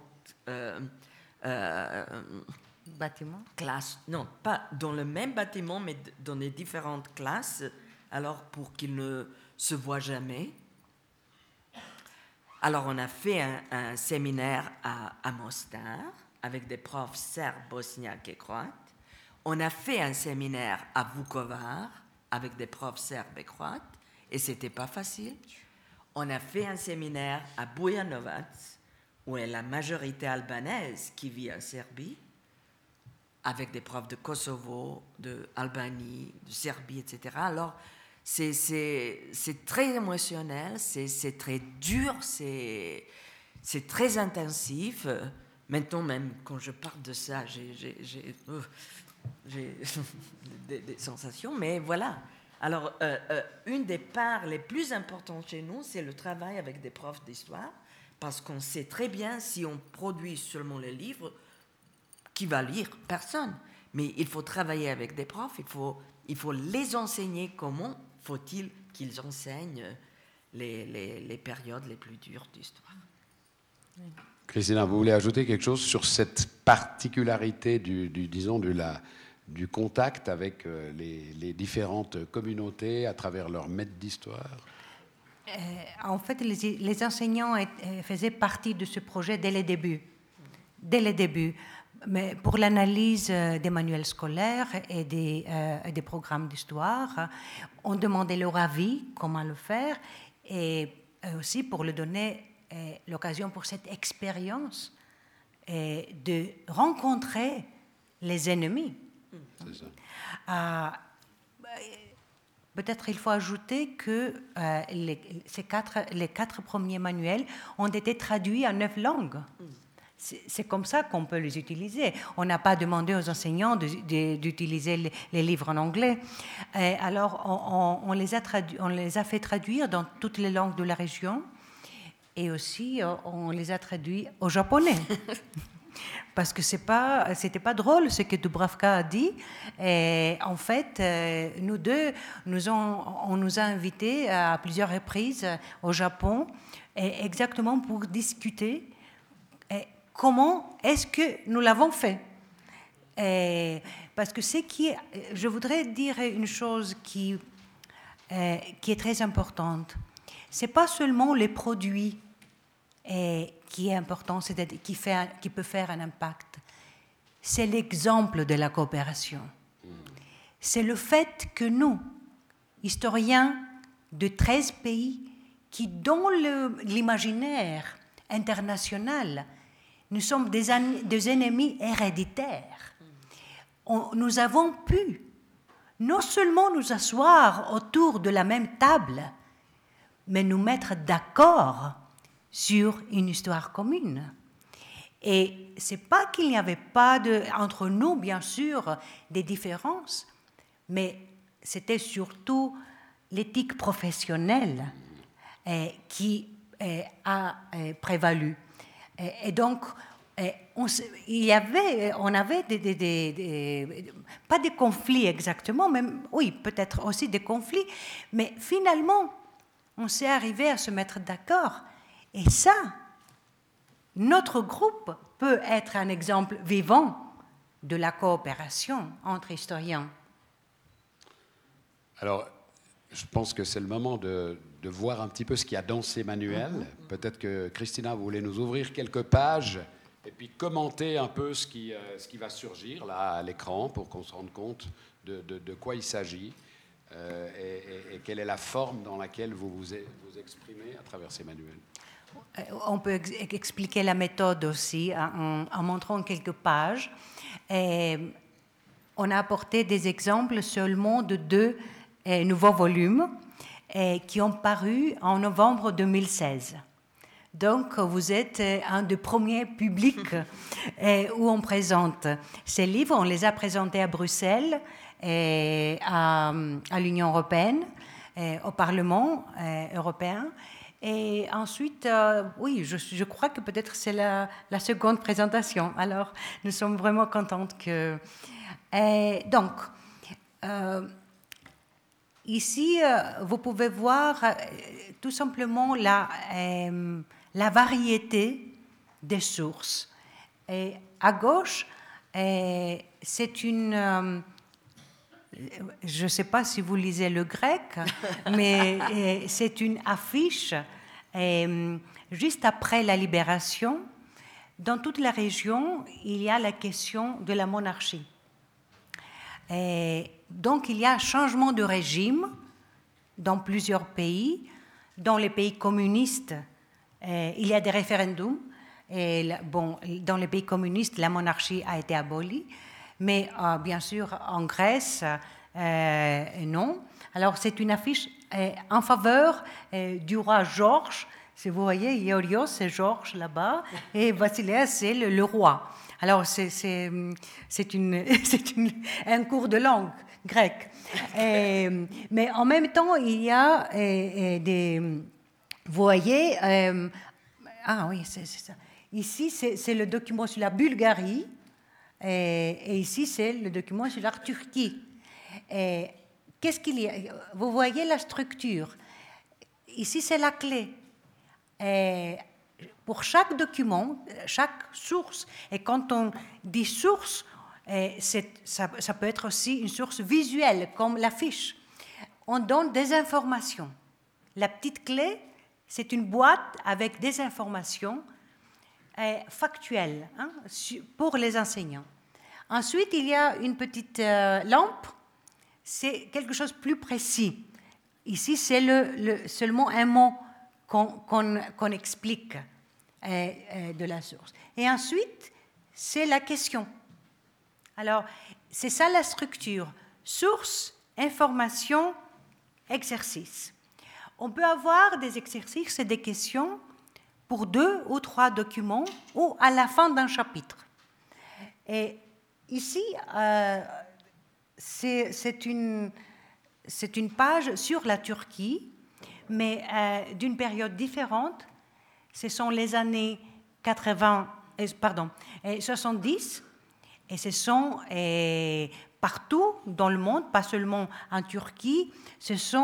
bâtiments? Classes. Non, pas dans le même bâtiment, mais dans les différentes classes, alors pour qu'ils ne se voient jamais. Alors, on a fait un séminaire à Mostar avec des profs serbes, bosniaques et croates. On a fait un séminaire à Vukovar avec des profs serbes et croates, et c'était pas facile. On a fait un séminaire à Bujanovac, où est la majorité albanaise qui vit en Serbie, avec des profs de Kosovo, d'Albanie, de Serbie, etc. Alors, c'est très émotionnel, c'est très dur, c'est très intensif. Maintenant, même quand je parle de ça, j'ai des sensations, mais voilà. Alors, une des parts les plus importantes chez nous, c'est le travail avec des profs d'histoire, parce qu'on sait très bien, si on produit seulement les livres, qui va lire? Personne. Mais il faut travailler avec des profs, il faut les enseigner comment faut-il qu'ils enseignent les périodes les plus dures d'histoire. Christina, vous voulez ajouter quelque chose sur cette particularité du contact avec les différentes communautés à travers leur maître d'histoire? En fait, les enseignants faisaient partie de ce projet dès le début. Dès le début. Mais pour l'analyse des manuels scolaires et des programmes d'histoire, on demandait leur avis, comment le faire, et aussi pour leur donner l'occasion pour cette expérience de rencontrer les ennemis. C'est ça. Peut-être il faut ajouter que les 4 premiers manuels ont été traduits en 9 langues. C'est comme ça qu'on peut les utiliser. On n'a pas demandé aux enseignants d'utiliser les livres en anglais. Alors, on les a fait traduire dans toutes les langues de la région, et aussi on les a traduits au japonais. Parce que c'était pas drôle ce que Dubravka a dit. Et en fait, nous deux, on nous a invités à plusieurs reprises au Japon, exactement pour discuter comment est-ce que nous l'avons fait. Parce que je voudrais dire une chose qui est très importante. Ce n'est pas seulement les produits qui est important, qui peut faire un impact. C'est l'exemple de la coopération. C'est le fait que nous, historiens de 13 pays, qui dans l'imaginaire international, nous sommes des ennemis héréditaires. Nous avons pu non seulement nous asseoir autour de la même table, mais nous mettre d'accord sur une histoire commune. Et ce n'est pas qu'il n'y avait pas entre nous, bien sûr, des différences, mais c'était surtout l'éthique professionnelle qui a prévalu. Et donc, on avait pas des conflits exactement, mais oui, peut-être aussi des conflits, mais finalement, on s'est arrivé à se mettre d'accord. Et ça, notre groupe peut être un exemple vivant de la coopération entre historiens. Alors, je pense que c'est le moment de voir un petit peu ce qu'il y a dans ces manuels. Peut-être que Christina, vous voulez nous ouvrir quelques pages et puis commenter un peu ce qui va surgir là à l'écran pour qu'on se rende compte de quoi il s'agit et quelle est la forme dans laquelle vous vous exprimez à travers ces manuels. On peut expliquer la méthode aussi en montrant quelques pages. Et on a apporté des exemples seulement de 2 nouveaux volumes qui ont paru en novembre 2016. Donc, vous êtes un des premiers publics où on présente ces livres. On les a présentés à Bruxelles, à l'Union européenne, au Parlement européen. Et ensuite, oui, je crois que peut-être c'est la seconde présentation. Alors, nous sommes vraiment contentes que... donc, ici, vous pouvez voir tout simplement la variété des sources. Et à gauche, c'est une... je ne sais pas si vous lisez le grec, mais c'est une affiche juste après la libération, dans toute la région, il y a la question de la monarchie. Donc, il y a un changement de régime dans plusieurs pays. Dans les pays communistes, il y a des référendums. Dans les pays communistes, la monarchie a été abolie. Mais bien sûr, en Grèce, non. Alors, c'est une affiche en faveur du roi Georges. Si vous voyez, Iorios, c'est Georges là-bas, et Basileas, c'est le roi. Alors, c'est un cours de langue grecque. Mais en même temps, il y a des... Vous voyez... ah oui, c'est ça. Ici, c'est le document sur la Bulgarie, et ici, c'est le document sur la Turquie. Qu'est-ce qu'il y a? Vous voyez la structure. Ici, c'est la clé. Pour chaque document, chaque source, et quand on dit source, ça peut être aussi une source visuelle, comme l'affiche. On donne des informations. La petite clé, c'est une boîte avec des informations factuelles pour les enseignants. Ensuite, il y a une petite lampe, c'est quelque chose de plus précis. Ici, c'est seulement un mot qu'on explique de la source. Et ensuite, c'est la question. Alors, c'est ça la structure. Source, information, exercice. On peut avoir des exercices et des questions pour 2 ou 3 documents ou à la fin d'un chapitre. Et ici, c'est une page sur la Turquie, mais d'une période différente. Ce sont les années 70, et ce sont partout dans le monde, pas seulement en Turquie. C'est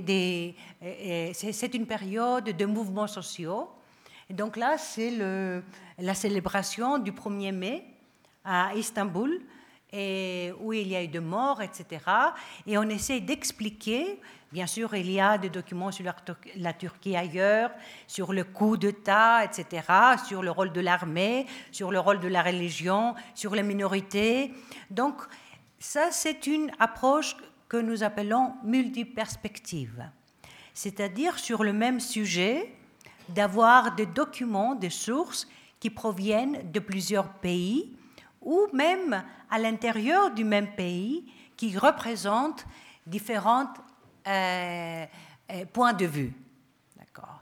une période de mouvements sociaux. Et donc là, c'est la célébration du 1er mai à Istanbul, où il y a eu des morts, etc. Et on essaie d'expliquer, bien sûr, il y a des documents sur la Turquie ailleurs, sur le coup d'État, etc., sur le rôle de l'armée, sur le rôle de la religion, sur les minorités. Donc, ça, c'est une approche que nous appelons multiperspective. C'est-à-dire, sur le même sujet, d'avoir des documents, des sources qui proviennent de plusieurs pays, ou même à l'intérieur du même pays, qui représentent différents points de vue. D'accord.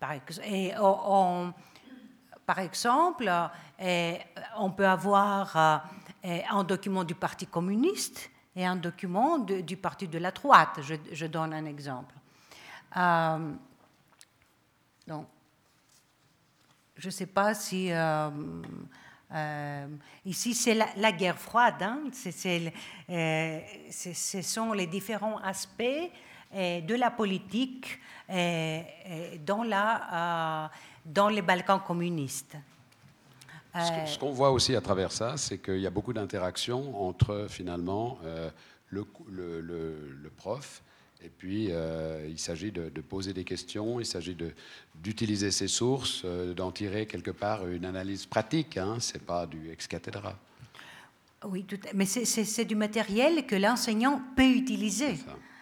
Par exemple, on peut avoir un document du Parti communiste et un document du Parti de la droite. Je donne un exemple. Donc, je ne sais pas si... ici, c'est la guerre froide. Ce sont les différents aspects de la politique dans les Balkans communistes. Ce qu'on voit aussi à travers ça, c'est qu'il y a beaucoup d'interactions entre, finalement, le prof, et puis il s'agit de poser des questions, il s'agit d'utiliser ces sources, d'en tirer quelque part une analyse pratique, c'est pas du ex cathedra. Oui, mais c'est du matériel que l'enseignant peut utiliser.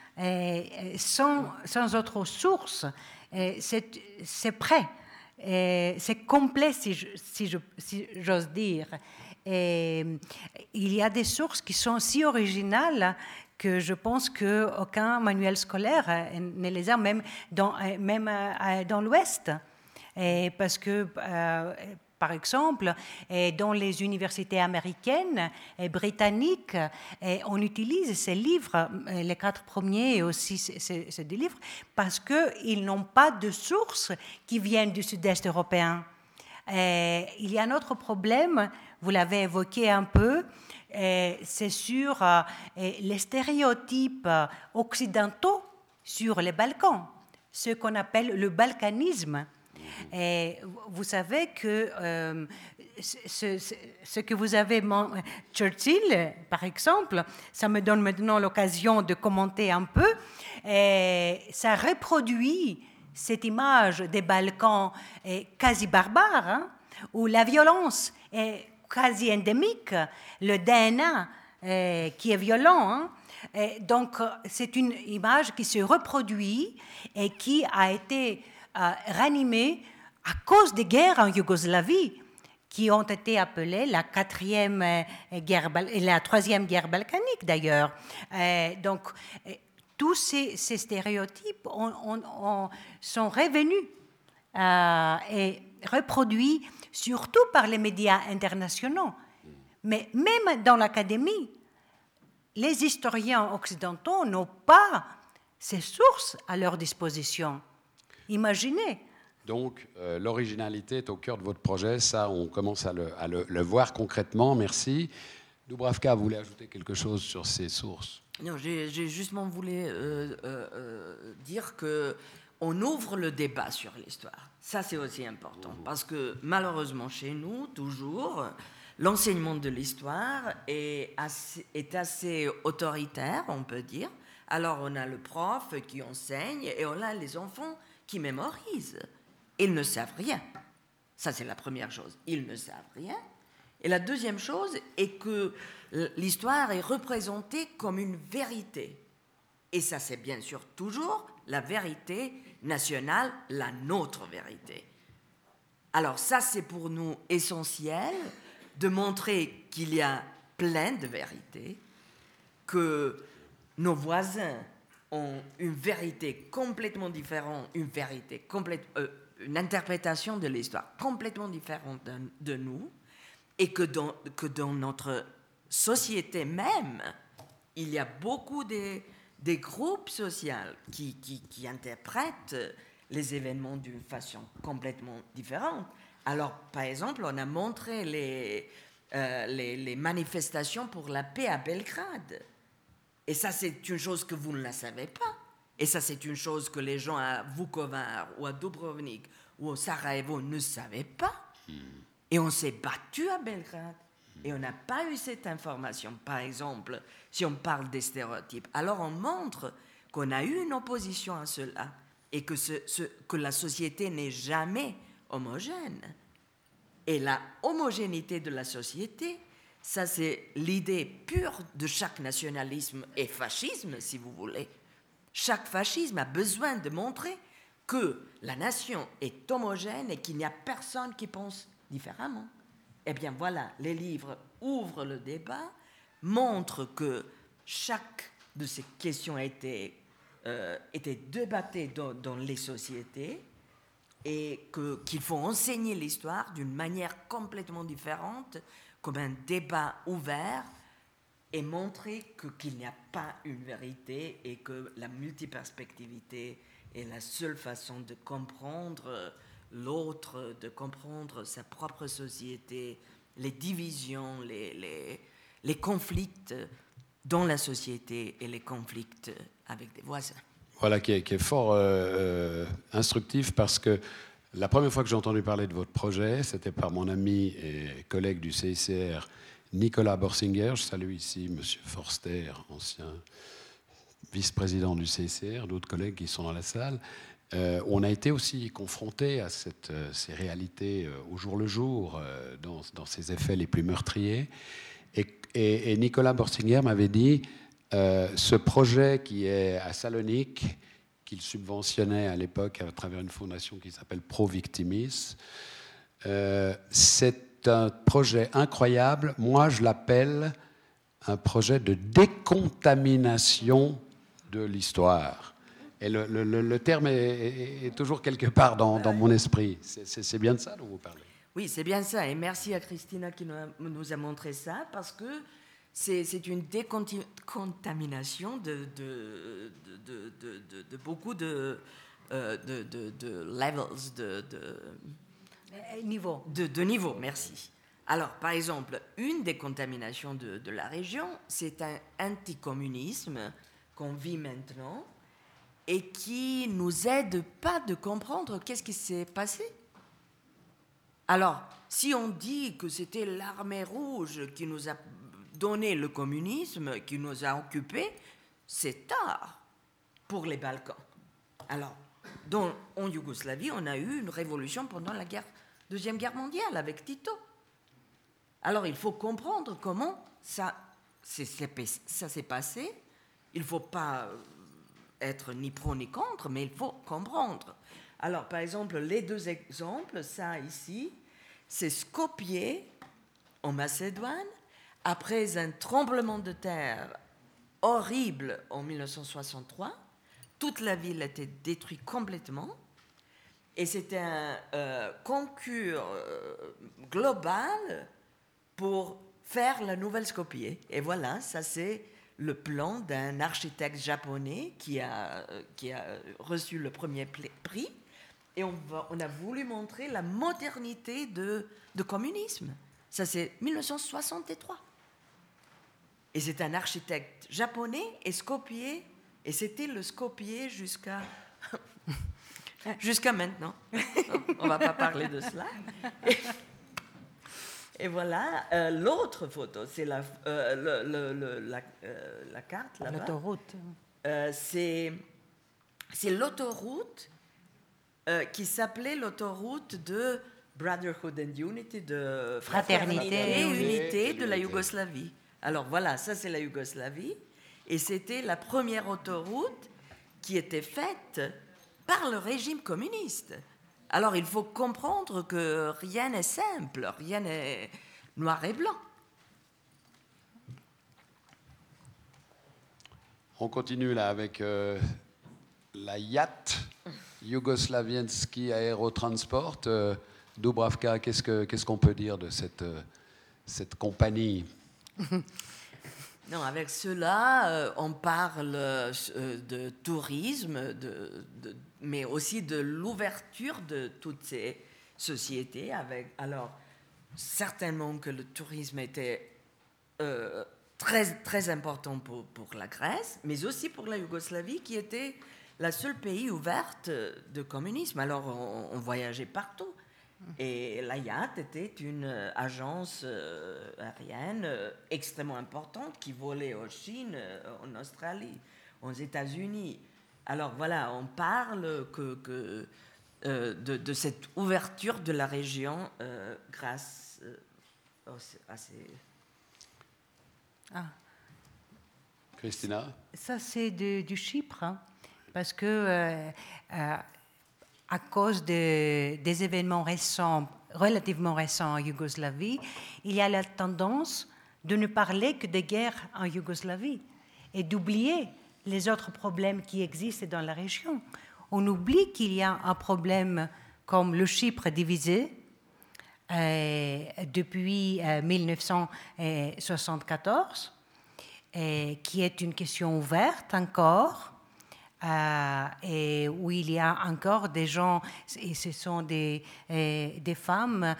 Sans autre source, c'est prêt. C'est complet, si j'ose dire. Et il y a des sources qui sont si originales que je pense qu'aucun manuel scolaire ne les a, même dans l'Ouest. Parce que, par exemple, dans les universités américaines et britanniques, on utilise ces livres, les 4 premiers et aussi ces 2 livres, parce qu'ils n'ont pas de sources qui viennent du sud-est européen. Il y a un autre problème, vous l'avez évoqué un peu, c'est sur les stéréotypes occidentaux sur les Balkans, ce qu'on appelle le balkanisme. Et vous savez que ce que vous avez... Churchill, par exemple, ça me donne maintenant l'occasion de commenter un peu, ça reproduit cette image des Balkans est quasi barbare, hein, où la violence est quasi endémique, le DNA qui est violent. Hein. Et donc, c'est une image qui se reproduit et qui a été ranimée à cause des guerres en Yougoslavie, qui ont été appelées la 4e guerre et la 3e guerre balkanique d'ailleurs. Donc, tous ces stéréotypes sont revenus et reproduits surtout par les médias internationaux. Mais même dans l'académie, les historiens occidentaux n'ont pas ces sources à leur disposition. Imaginez. Donc, l'originalité est au cœur de votre projet. Ça, on commence à le voir concrètement. Merci. Dubravka, vous voulez ajouter quelque chose sur ces sources ? Non, j'ai justement voulu dire qu'on ouvre le débat sur l'histoire. Ça, c'est aussi important. Parce que, malheureusement, chez nous, toujours, l'enseignement de l'histoire est assez autoritaire, on peut dire. Alors, on a le prof qui enseigne et on a les enfants qui mémorisent. Ils ne savent rien. Ça, c'est la première chose. Ils ne savent rien. Et la deuxième chose est que l'histoire est représentée comme une vérité. Et ça, c'est bien sûr toujours la vérité nationale, la nôtre vérité. Alors ça, c'est pour nous essentiel de montrer qu'il y a plein de vérités, que nos voisins ont une vérité complètement différente, une interprétation de l'histoire complètement différente de nous, et que dans notre société même, il y a beaucoup des groupes sociaux qui interprètent les événements d'une façon complètement différente. Alors, par exemple, on a montré les manifestations pour la paix à Belgrade. Et ça, c'est une chose que vous ne la savez pas. Et ça, c'est une chose que les gens à Vukovar ou à Dubrovnik ou au Sarajevo ne savaient pas. Et on s'est battu à Belgrade. Et on n'a pas eu cette information. Par exemple, si on parle des stéréotypes, alors on montre qu'on a eu une opposition à cela et que la société n'est jamais homogène. Et la homogénéité de la société, ça c'est l'idée pure de chaque nationalisme et fascisme, si vous voulez. Chaque fascisme a besoin de montrer que la nation est homogène et qu'il n'y a personne qui pense différemment. Eh bien voilà, les livres ouvrent le débat, montrent que chaque de ces questions a été débattue dans les sociétés et qu'il faut enseigner l'histoire d'une manière complètement différente, comme un débat ouvert, et montrer qu'il n'y a pas une vérité et que la multiperspectivité est la seule façon de comprendre l'autre, de comprendre sa propre société, les divisions, les conflits dans la société et les conflits avec des voisins. Voilà, qui est fort instructif, parce que la première fois que j'ai entendu parler de votre projet, c'était par mon ami et collègue du CICR, Nicolas Borsinger. Je salue ici M. Forster, ancien vice-président du CICR, d'autres collègues qui sont dans la salle. On a été aussi confrontés à ces réalités au jour le jour, dans ces effets les plus meurtriers. Et Nicolas Borsinger m'avait dit, ce projet qui est à Salonique, qu'il subventionnait à l'époque à travers une fondation qui s'appelle Pro Victimis, c'est un projet incroyable. Moi, je l'appelle un projet de décontamination de l'histoire. Et le terme est toujours quelque part dans mon esprit. C'est bien de ça dont vous parlez. Oui, c'est bien ça. Et merci à Christina qui nous a montré ça, parce que c'est une décontamination de beaucoup de levels, de niveaux. Merci. Alors, par exemple, une décontamination de la région, c'est un anticommunisme qu'on vit maintenant et qui nous aide pas de comprendre qu'est-ce qui s'est passé. Alors, si on dit que c'était l'armée rouge qui nous a donné le communisme, qui nous a occupés, c'est tard pour les Balkans. Alors, en Yougoslavie, on a eu une révolution pendant la Deuxième Guerre mondiale avec Tito. Alors, il faut comprendre comment ça s'est passé. Il ne faut pas être ni pro ni contre, mais il faut comprendre. Alors, par exemple, les deux exemples, ça ici, c'est Skopje, en Macédoine, après un tremblement de terre horrible en 1963. Toute la ville a été détruite complètement. Et c'était un concours global pour faire la nouvelle Skopje. Et voilà, ça c'est le plan d'un architecte japonais qui a reçu le premier prix. Et on a voulu montrer la modernité de communisme. Ça c'est 1963. Et c'est un architecte japonais et Skopje, et c'était le Skopje jusqu'à maintenant. On ne va pas parler de cela. Et voilà, l'autre photo, c'est la carte là-bas. L'autoroute. C'est l'autoroute qui s'appelait l'autoroute de Brotherhood and Unity, de Fraternité et unité de la Yougoslavie. Alors voilà, ça c'est la Yougoslavie. Et c'était la première autoroute qui était faite par le régime communiste. Alors il faut comprendre que rien n'est simple, rien n'est noir et blanc. On continue là avec la yacht Yougoslavienski Aerotransport. Dubravka, qu'est-ce qu'on peut dire de cette compagnie? Non, avec cela, on parle de tourisme, mais aussi de l'ouverture de toutes ces sociétés. Alors, certainement que le tourisme était très, très important pour la Grèce, mais aussi pour la Yougoslavie, qui était la seule pays ouverte de communisme. Alors, on voyageait partout. Et la YAT était une agence aérienne extrêmement importante qui volait en Chine, en Australie, aux États-Unis. Alors voilà, on parle de cette ouverture de la région grâce à ces... Christina? Ça, c'est du Chypre, hein, parce que à cause des événements récents, relativement récents en Yougoslavie, il y a la tendance de ne parler que des guerres en Yougoslavie et d'oublier les autres problèmes qui existent dans la région. On oublie qu'il y a un problème comme le Chypre divisé depuis 1974, qui est une question ouverte encore, et où il y a encore des gens, et ce sont des femmes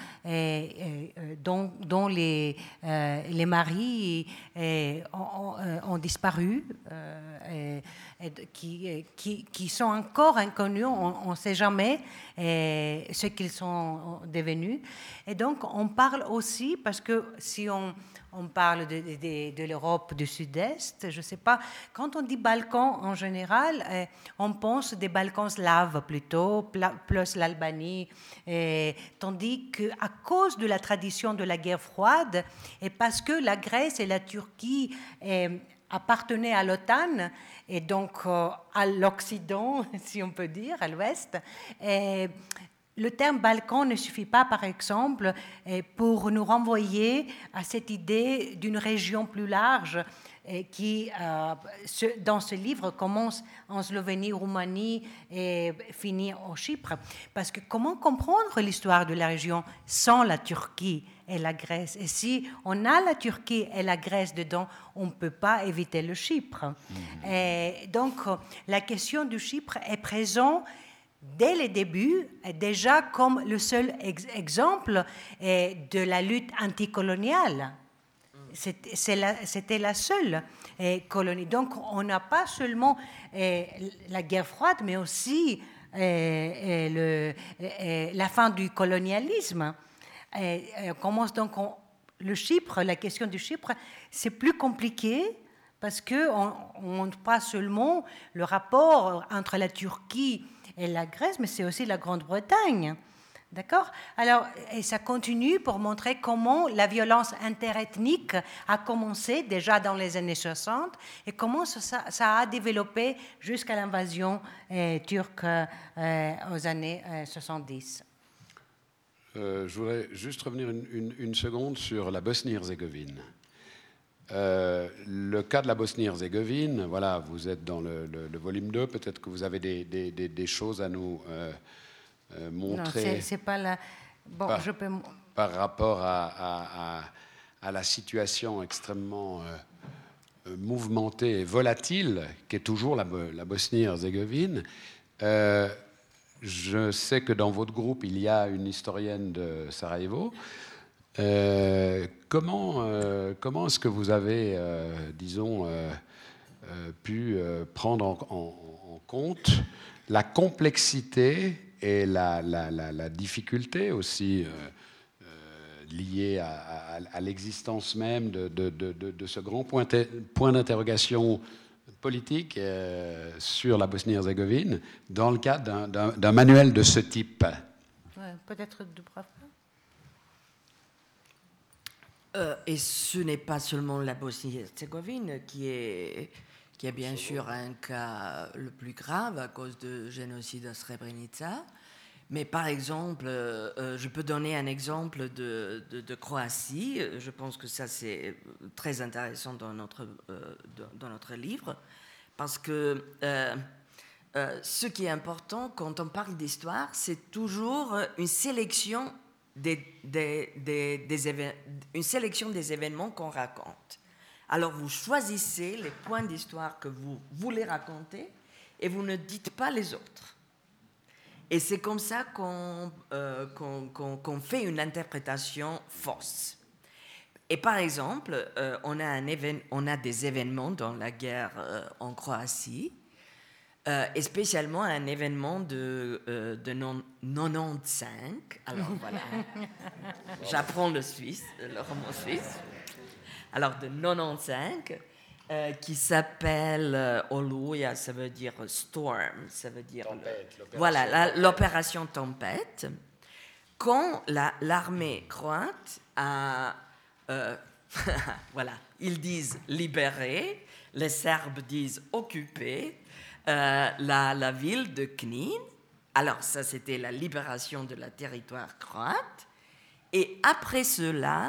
dont les maris ont disparu, qui sont encore inconnus, on ne sait jamais ce qu'ils sont devenus. Et donc on parle aussi, parce que si on parle de l'Europe du Sud-Est, je ne sais pas, quand on dit Balkans en général, on pense des Balkans slaves plutôt, plus l'Albanie, tandis qu'à cause de la tradition de la guerre froide, et parce que la Grèce et la Turquie appartenaient à l'OTAN, et donc à l'Occident, si on peut dire, à l'Ouest, le terme Balkan ne suffit pas, par exemple, pour nous renvoyer à cette idée d'une région plus large qui, dans ce livre, commence en Slovénie, Roumanie et finit au Chypre. Parce que comment comprendre l'histoire de la région sans la Turquie et la Grèce? Et si on a la Turquie et la Grèce dedans, on ne peut pas éviter le Chypre. Et donc, la question du Chypre est présente dès le début, déjà comme le seul exemple de la lutte anticoloniale. C'était la seule colonie. Donc on n'a pas seulement la guerre froide, mais aussi la fin du colonialisme. On commence donc le Chypre, la question du Chypre, c'est plus compliqué parce qu'on ne montre pas seulement le rapport entre la Turquie et la Grèce, mais c'est aussi la Grande-Bretagne. D'accord? Alors, et ça continue pour montrer comment la violence interethnique a commencé déjà dans les années 60 et comment ça a développé jusqu'à l'invasion turque aux années 70. Je voudrais juste revenir une seconde sur la Bosnie-Herzégovine. Le cas de la Bosnie-Herzégovine, voilà, vous êtes dans le volume 2, peut-être que vous avez des choses à nous montrer. Non, c'est pas la... Bon, par, je peux... par rapport à la situation extrêmement mouvementée et volatile qu'est toujours la Bosnie-Herzégovine. Je sais que dans votre groupe, il y a une historienne de Sarajevo. Comment est-ce que vous avez, pu prendre en compte la complexité et la difficulté aussi liée à l'existence même de ce grand point d'interrogation politique sur la Bosnie-Herzégovine dans le cadre d'un manuel de ce type? Ouais, peut-être Dubravka. Et ce n'est pas seulement la Bosnie-Herzégovine qui est bien sûr un cas le plus grave à cause du génocide à Srebrenica. Mais par exemple, je peux donner un exemple de Croatie. Je pense que ça, c'est très intéressant dans notre livre. Parce que ce qui est important quand on parle d'histoire, c'est toujours une sélection des événements qu'on raconte. Alors vous choisissez les points d'histoire que vous voulez raconter et vous ne dites pas les autres. Et c'est comme ça qu'on fait une interprétation fausse. Et par exemple, on a des événements dans la guerre en Croatie, et spécialement un événement de 95. Alors voilà, j'apprends le roman suisse. Alors de 95, qui s'appelle Oluja, ça veut dire storm, ça veut dire l'opération Tempête. Quand l'armée croate a, voilà, ils disent libéré, les Serbes disent occupé. La ville de Knin. Alors, ça, c'était la libération de la territoire croate. Et après cela,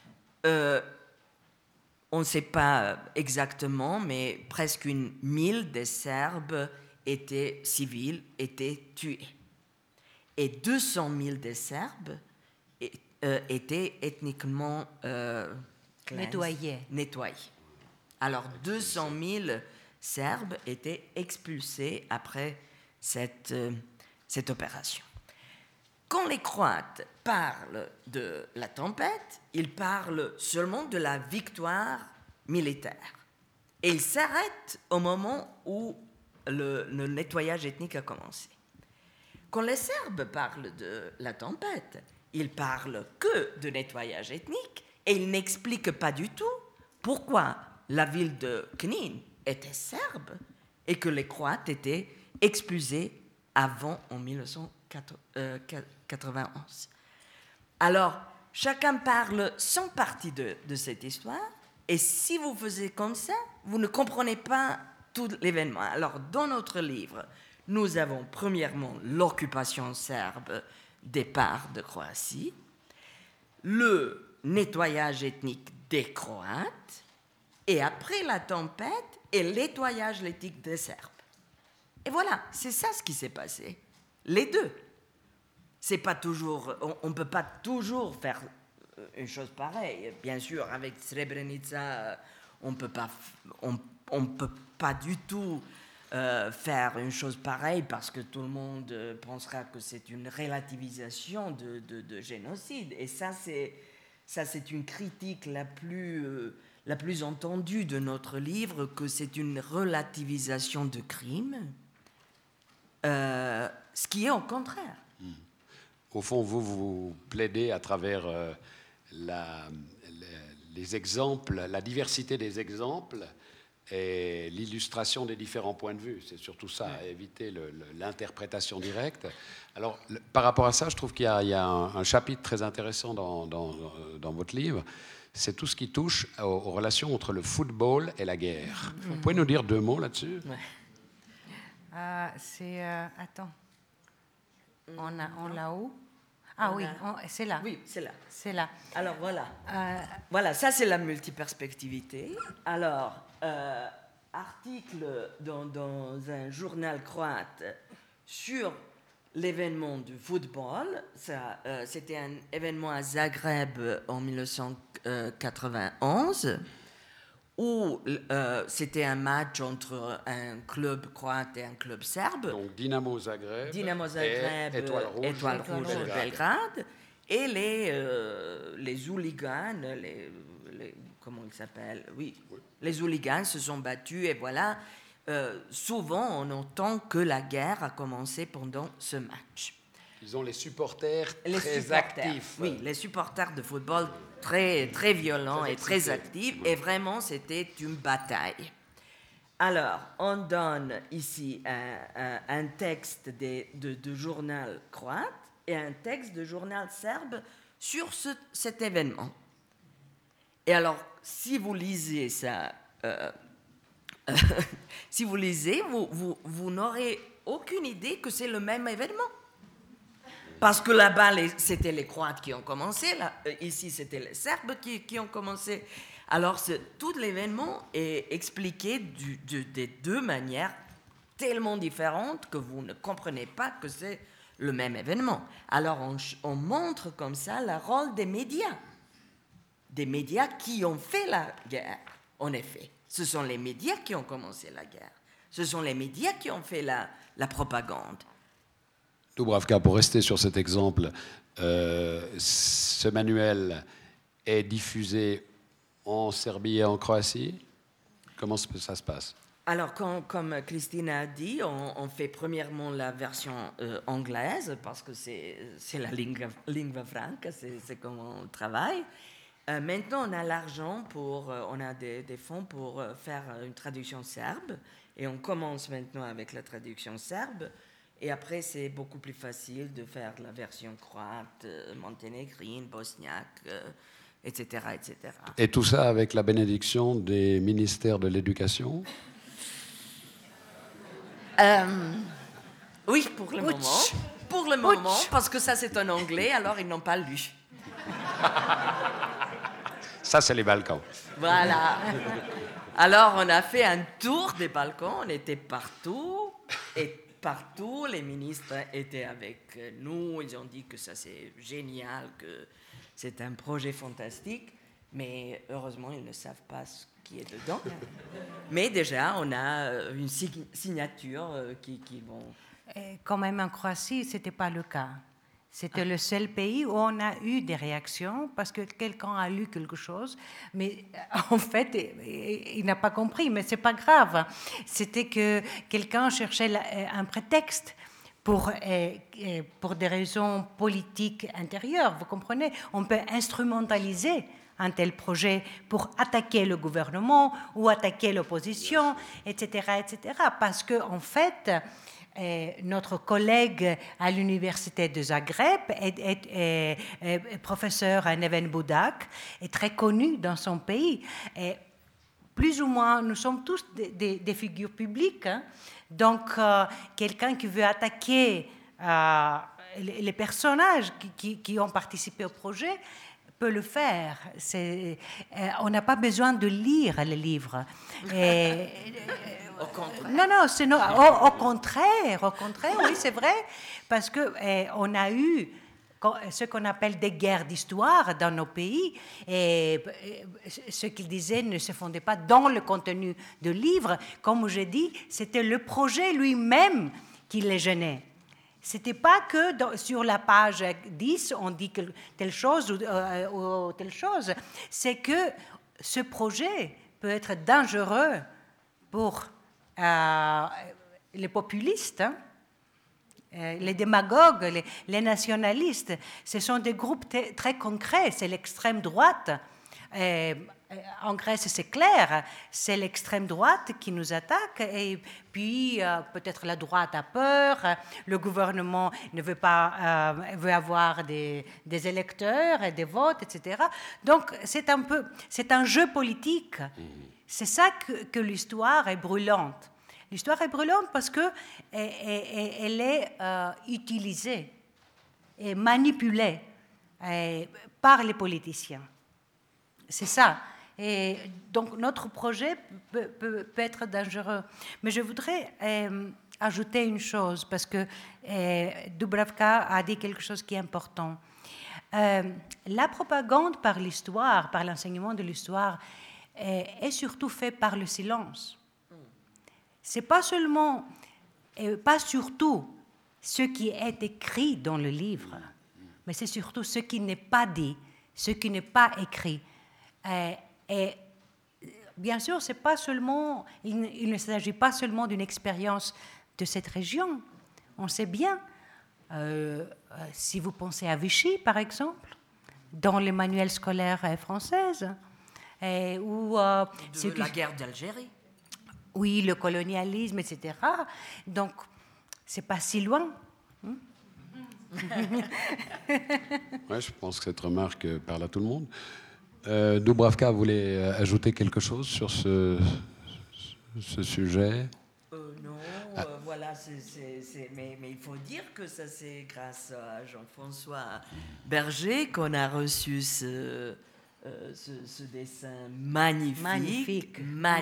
on ne sait pas exactement, mais presque 1000 des Serbes civils étaient tués. Et 200 000 des Serbes étaient ethniquement nettoyés. Alors, 200 000 Serbes étaient expulsés après cette opération. Quand les Croates parlent de la tempête, ils parlent seulement de la victoire militaire. Et ils s'arrêtent au moment où le nettoyage ethnique a commencé. Quand les Serbes parlent de la tempête, ils parlent que de nettoyage ethnique et ils n'expliquent pas du tout pourquoi la ville de Knin était serbe et que les Croates étaient expulsés avant en 1991. Alors, chacun parle son parti de cette histoire et si vous faisiez comme ça, vous ne comprenez pas tout l'événement. Alors, dans notre livre, nous avons premièrement l'occupation serbe des parts de Croatie, le nettoyage ethnique des Croates et après la tempête, et le nettoyage ethnique des Serbes. Et voilà, c'est ça ce qui s'est passé. Les deux. C'est pas toujours, on ne peut pas toujours faire une chose pareille. Bien sûr, avec Srebrenica, on peut pas du tout faire une chose pareille parce que tout le monde pensera que c'est une relativisation de génocide. Et ça, c'est une critique la plus entendue de notre livre, que c'est une relativisation de crimes, ce qui est au contraire. Au fond, vous plaidez à travers les exemples, la diversité des exemples et l'illustration des différents points de vue. C'est surtout ça, éviter l'interprétation directe. Alors, par rapport à ça, je trouve qu'il y a un chapitre très intéressant dans votre livre. C'est tout ce qui touche aux relations entre le football et la guerre. Vous pouvez nous dire 2 mots là-dessus? Attends. On l'a où? Ah oui, c'est là. Oui, c'est là. C'est là. Alors voilà. Voilà, ça c'est la multiperspectivité. Alors, article dans un journal croate sur l'événement du football. C'était un événement à Zagreb en 1991 où c'était un match entre un club croate et un club serbe. Donc Dynamo Zagreb, et Étoile Rouge de Belgrade. Et les hooligans, comment ils s'appellent? Oui, les hooligans se sont battus et voilà. Souvent, on entend que la guerre a commencé pendant ce match. Ils ont les supporters très actifs. Oui, les supporters de football très, très violents et très actifs. Oui. Et vraiment, c'était une bataille. Alors, on donne ici un texte de journal croate et un texte de journal serbe sur cet événement. Et alors, si vous lisez ça, si vous lisez, vous n'aurez aucune idée que c'est le même événement. Parce que là-bas, c'était les Croates qui ont commencé, ici, c'était les Serbes qui ont commencé. Alors, tout l'événement est expliqué de 2 manières tellement différentes que vous ne comprenez pas que c'est le même événement. Alors, on montre comme ça le rôle des médias qui ont fait la guerre, en effet. Ce sont les médias qui ont commencé la guerre. Ce sont les médias qui ont fait la propagande. Dubravka, pour rester sur cet exemple, ce manuel est diffusé en Serbie et en Croatie. Comment ça se passe? Alors, comme Christine a dit, on fait premièrement la version anglaise, parce que c'est la lingua franca, c'est comment on travaille. Maintenant, on a l'argent on a des fonds pour faire une traduction serbe, et on commence maintenant avec la traduction serbe. Et après, c'est beaucoup plus facile de faire la version croate, monténégrine, bosniaque, etc., etc. Et tout ça avec la bénédiction des ministères de l'Éducation? Oui, pour le moment. Pour le moment, parce que ça, c'est en anglais, alors ils n'ont pas lu. Ça, c'est les Balkans. Voilà. Alors, on a fait un tour des Balkans, on était partout, et partout, les ministres étaient avec nous. Ils ont dit que ça, c'est génial, que c'est un projet fantastique. Mais heureusement, ils ne savent pas ce qui est dedans. Mais déjà, on a une signature qui vont... Et quand même, en Croatie, ce n'était pas le cas. C'était le seul pays où on a eu des réactions parce que quelqu'un a lu quelque chose, mais en fait, il n'a pas compris, mais ce n'est pas grave. C'était que quelqu'un cherchait un prétexte pour des raisons politiques intérieures, vous comprenez? On peut instrumentaliser un tel projet pour attaquer le gouvernement ou attaquer l'opposition, etc., etc. Parce qu'en fait... notre collègue à l'université de Zagreb est professeur à Neven Budak, est très connu dans son pays. Et plus ou moins, nous sommes tous des figures publiques. Hein. Donc, quelqu'un qui veut attaquer les personnages qui ont participé au projet peut le faire. On n'a pas besoin de lire les livres. Au contraire, oui, c'est vrai, parce que on a eu ce qu'on appelle des guerres d'histoire dans nos pays, et ce qu'ils disaient ne se fondait pas dans le contenu de livres. Comme j'ai dit, c'était le projet lui-même qui les gênait. C'était pas que sur la page 10, on dit telle chose ou telle chose. C'est que ce projet peut être dangereux pour les populistes, hein, les démagogues, les nationalistes. Ce sont des groupes très concrets. C'est l'extrême droite En Grèce, c'est clair, c'est l'extrême droite qui nous attaque, et puis peut-être la droite a peur, le gouvernement ne veut pas veut avoir des électeurs et des votes, etc. Donc c'est un jeu politique. C'est ça que l'histoire est brûlante. L'histoire est brûlante parce que elle est utilisée et manipulée par les politiciens. C'est ça. Et donc notre projet peut être dangereux. Mais je voudrais ajouter une chose, parce que Dubravka a dit quelque chose qui est important. La propagande par l'histoire, par l'enseignement de l'histoire, est surtout faite par le silence. C'est pas seulement, pas surtout ce qui est écrit dans le livre, mais c'est surtout ce qui n'est pas dit, ce qui n'est pas écrit. Et bien sûr, c'est pas seulement, il ne s'agit pas seulement d'une expérience de cette région. On sait bien, si vous pensez à Vichy, par exemple, dans les manuels scolaires françaises, ou de la guerre d'Algérie. Oui, le colonialisme, etc. Donc, c'est pas si loin. Ouais, je pense que cette remarque parle à tout le monde. Dubravka voulait ajouter quelque chose sur ce sujet. Non, voilà, mais il faut dire que ça c'est grâce à Jean-François Berger qu'on a reçu ce dessin magnifique.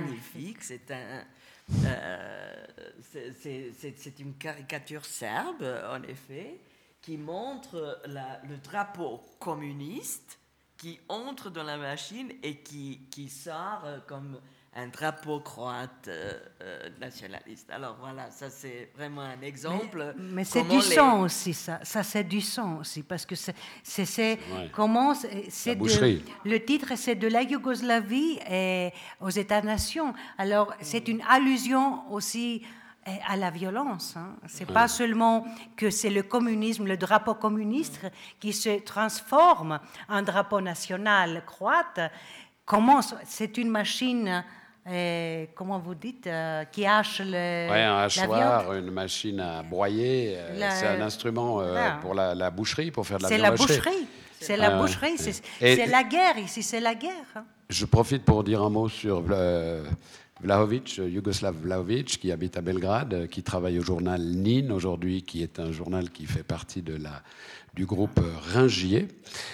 C'est une caricature serbe, en effet, qui montre le drapeau communiste qui entre dans la machine et qui sort comme un drapeau croate nationaliste. Alors voilà, ça c'est vraiment un exemple. Mais c'est du sang aussi, ça c'est du sang aussi, parce que c'est comment c'est le titre c'est de la Yougoslavie aux États-nations. Alors c'est une allusion aussi à la violence. C'est pas seulement que c'est le communisme, le drapeau communiste qui se transforme en drapeau national croate. Comment c'est une machine, comment vous dites, qui hache un hachoir, une machine à broyer. C'est un instrument pour la boucherie, pour faire de la viande hachée. C'est la boucherie. C'est la guerre ici, c'est la guerre. Je profite pour dire un mot sur Vlahovic, Yougoslav Vlahovic, qui habite à Belgrade, qui travaille au journal NIN aujourd'hui, qui est un journal qui fait partie du groupe Ringier,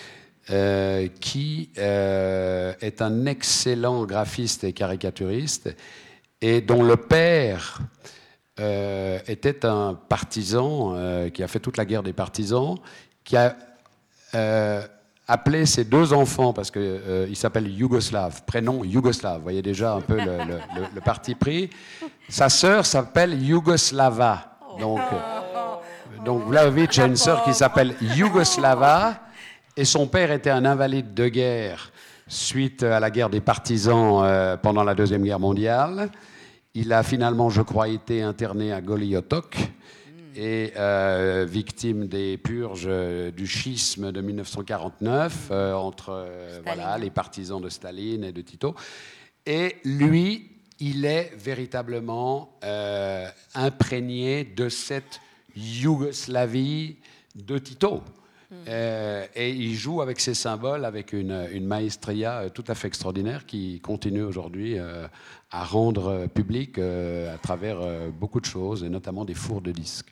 qui est un excellent graphiste et caricaturiste, et dont le père était un partisan qui a fait toute la guerre des partisans, qui a appelé ses deux enfants, parce qu'il s'appelle Yougoslav, prénom Yougoslav, vous voyez déjà un peu le parti pris. Sa sœur s'appelle Yougoslava. Donc Vlahovic a une sœur qui s'appelle Yougoslava, et son père était un invalide de guerre suite à la guerre des partisans pendant la Deuxième Guerre mondiale. Il a finalement, je crois, été interné à Goli Otok, et victime des purges du schisme de 1949 entre les partisans de Staline et de Tito. Et lui, il est véritablement imprégné de cette Yougoslavie de Tito. Et il joue avec ces symboles avec une maestria tout à fait extraordinaire qui continue aujourd'hui à rendre public à travers beaucoup de choses, et notamment des fours de disques.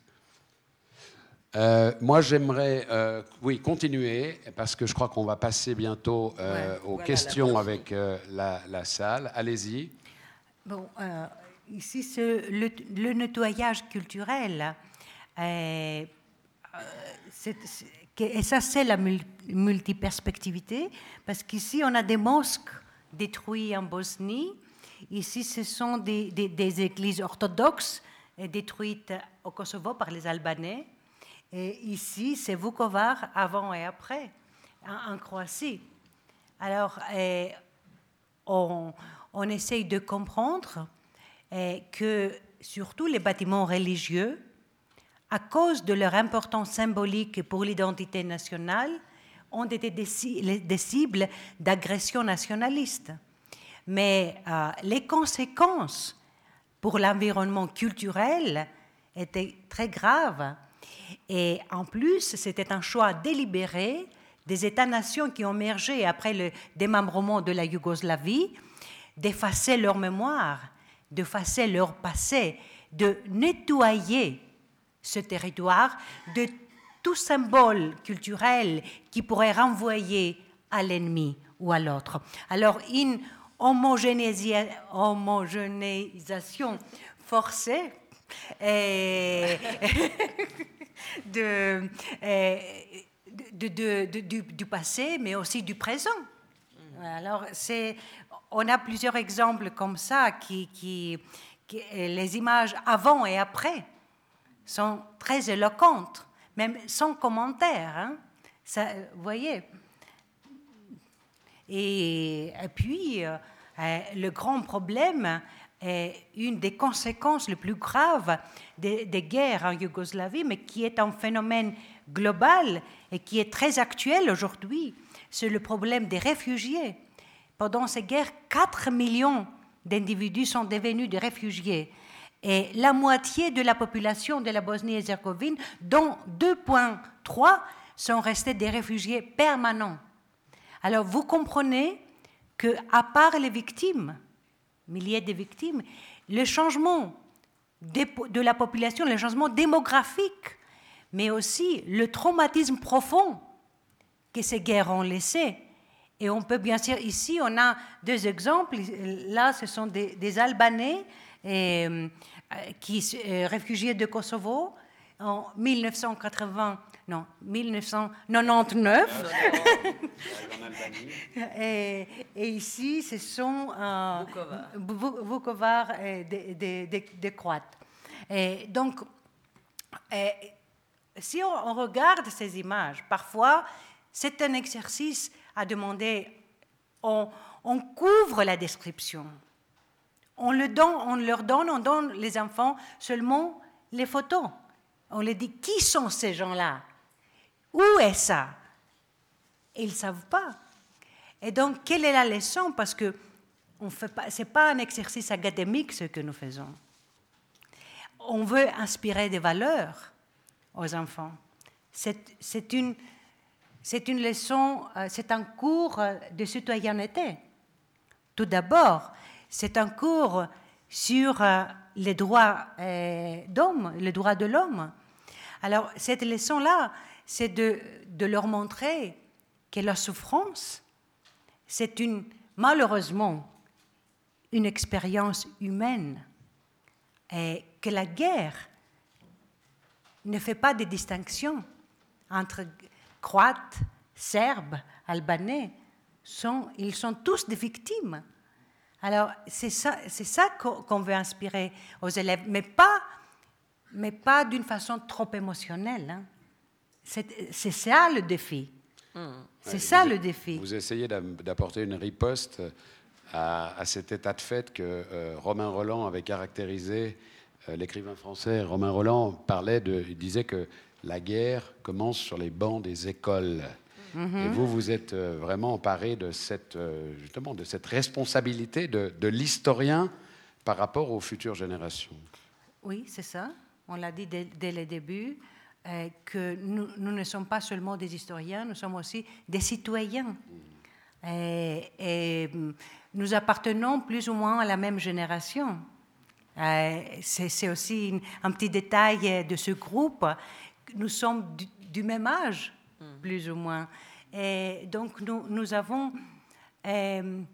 Moi, j'aimerais continuer, parce que je crois qu'on va passer bientôt aux questions avec la salle. Allez-y. Bon, ici, c'est le nettoyage culturel. Et ça, c'est la multiperspectivité, parce qu'ici, on a des mosques détruits en Bosnie. Ici, ce sont des églises orthodoxes détruites au Kosovo par les Albanais. Et ici, c'est Vukovar avant et après, en Croatie. Alors, on essaye de comprendre que, surtout les bâtiments religieux, à cause de leur importance symbolique pour l'identité nationale, ont été des cibles d'agressions nationalistes. Mais les conséquences pour l'environnement culturel étaient très graves. Et en plus, c'était un choix délibéré des États-nations qui ont émergé après le démembrement de la Yougoslavie, d'effacer leur mémoire, d'effacer leur passé, de nettoyer ce territoire de tout symbole culturel qui pourrait renvoyer à l'ennemi ou à l'autre. Alors, une homogénéisation forcée du passé, mais aussi du présent. Alors, on a plusieurs exemples comme ça les images avant et après sont très éloquentes, même sans commentaire. Hein. Ça, vous voyez. Et puis, le grand problème, une des conséquences les plus graves des guerres en Yougoslavie, mais qui est un phénomène global et qui est très actuel aujourd'hui, c'est le problème des réfugiés. Pendant ces guerres, 4 millions d'individus sont devenus des réfugiés. Et la moitié de la population de la Bosnie-Herzégovine, dont 2,3 sont restés des réfugiés permanents. Alors, vous comprenez qu'à part les victimes, milliers de victimes, le changement de la population, le changement démographique, mais aussi le traumatisme profond que ces guerres ont laissé. Et on peut bien sûr, ici, on a 2 exemples. Là, ce sont des Albanais réfugiés de Kosovo en 1999. Et ici, ce sont Vukovar des Croates. Et donc, si on regarde ces images, parfois, c'est un exercice à demander. On couvre la description. On donne les enfants seulement les photos. On leur dit qui sont ces gens-là? Où est ça? Et ils ne savent pas. Et donc, quelle est la leçon? Parce que ce n'est pas un exercice académique ce que nous faisons. On veut inspirer des valeurs aux enfants. C'est une leçon, c'est un cours de citoyenneté. Tout d'abord, c'est un cours sur les droits de l'homme. Alors, cette leçon-là, c'est de leur montrer que la souffrance, c'est malheureusement une expérience humaine et que la guerre ne fait pas de distinction entre Croates, Serbes, Albanais. Ils sont tous des victimes. Alors, c'est ça qu'on veut inspirer aux élèves, mais pas d'une façon trop émotionnelle. Hein. C'est ça le défi. C'est ça le défi. Vous essayez d'apporter une riposte à cet état de fait que Romain Rolland avait caractérisé. L'écrivain français Romain Rolland il disait que la guerre commence sur les bancs des écoles. Et vous êtes vraiment emparé de cette responsabilité de l'historien par rapport aux futures générations. Oui, c'est ça. On l'a dit dès le début, que nous ne sommes pas seulement des historiens, nous sommes aussi des citoyens. Et nous appartenons plus ou moins à la même génération. C'est aussi un petit détail de ce groupe. Nous sommes du même âge, plus ou moins. Et donc, nous avons... nous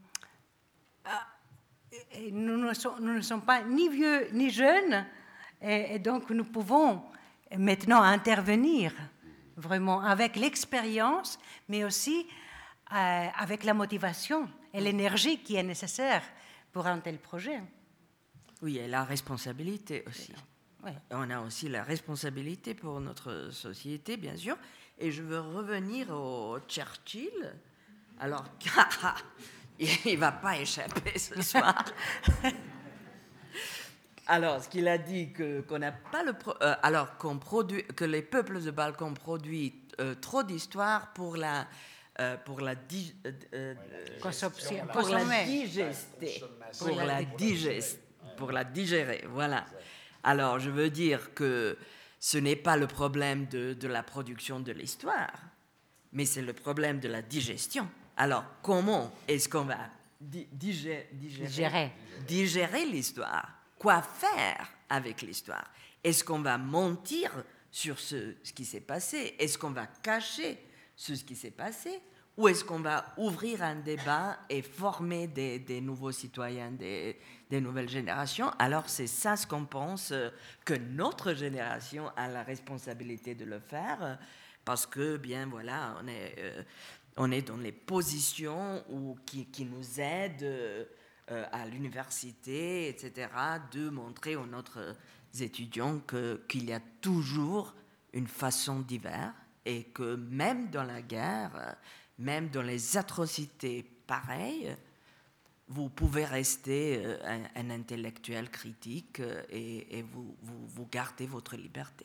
ne sommes pas ni vieux ni jeunes, et donc nous pouvons maintenant intervenir vraiment avec l'expérience, mais aussi avec la motivation et l'énergie qui est nécessaire pour un tel projet. Oui, et la responsabilité aussi. Oui. On a aussi la responsabilité pour notre société, bien sûr. Et je veux revenir au Churchill. Alors, il ne va pas échapper ce soir. Alors, ce qu'il a dit qu'on n'a pas que les peuples de Balkan produisent trop d'histoire pour la digérer. Voilà. Alors, je veux dire que ce n'est pas le problème de la production de l'histoire, mais c'est le problème de la digestion. Alors, comment est-ce qu'on va digérer l'histoire? Quoi faire avec l'histoire? Est-ce qu'on va mentir sur ce qui s'est passé? Est-ce qu'on va cacher ce qui s'est passé? Ou est-ce qu'on va ouvrir un débat et former des nouveaux citoyens, des nouvelles générations? Alors c'est ça ce qu'on pense que notre génération a la responsabilité de le faire, parce que, bien voilà, on est dans les positions qui nous aident à l'université, etc., de montrer aux autres étudiants qu'il y a toujours une façon d'y faire et que même dans la guerre, même dans les atrocités pareilles, vous pouvez rester un intellectuel critique et vous gardez votre liberté.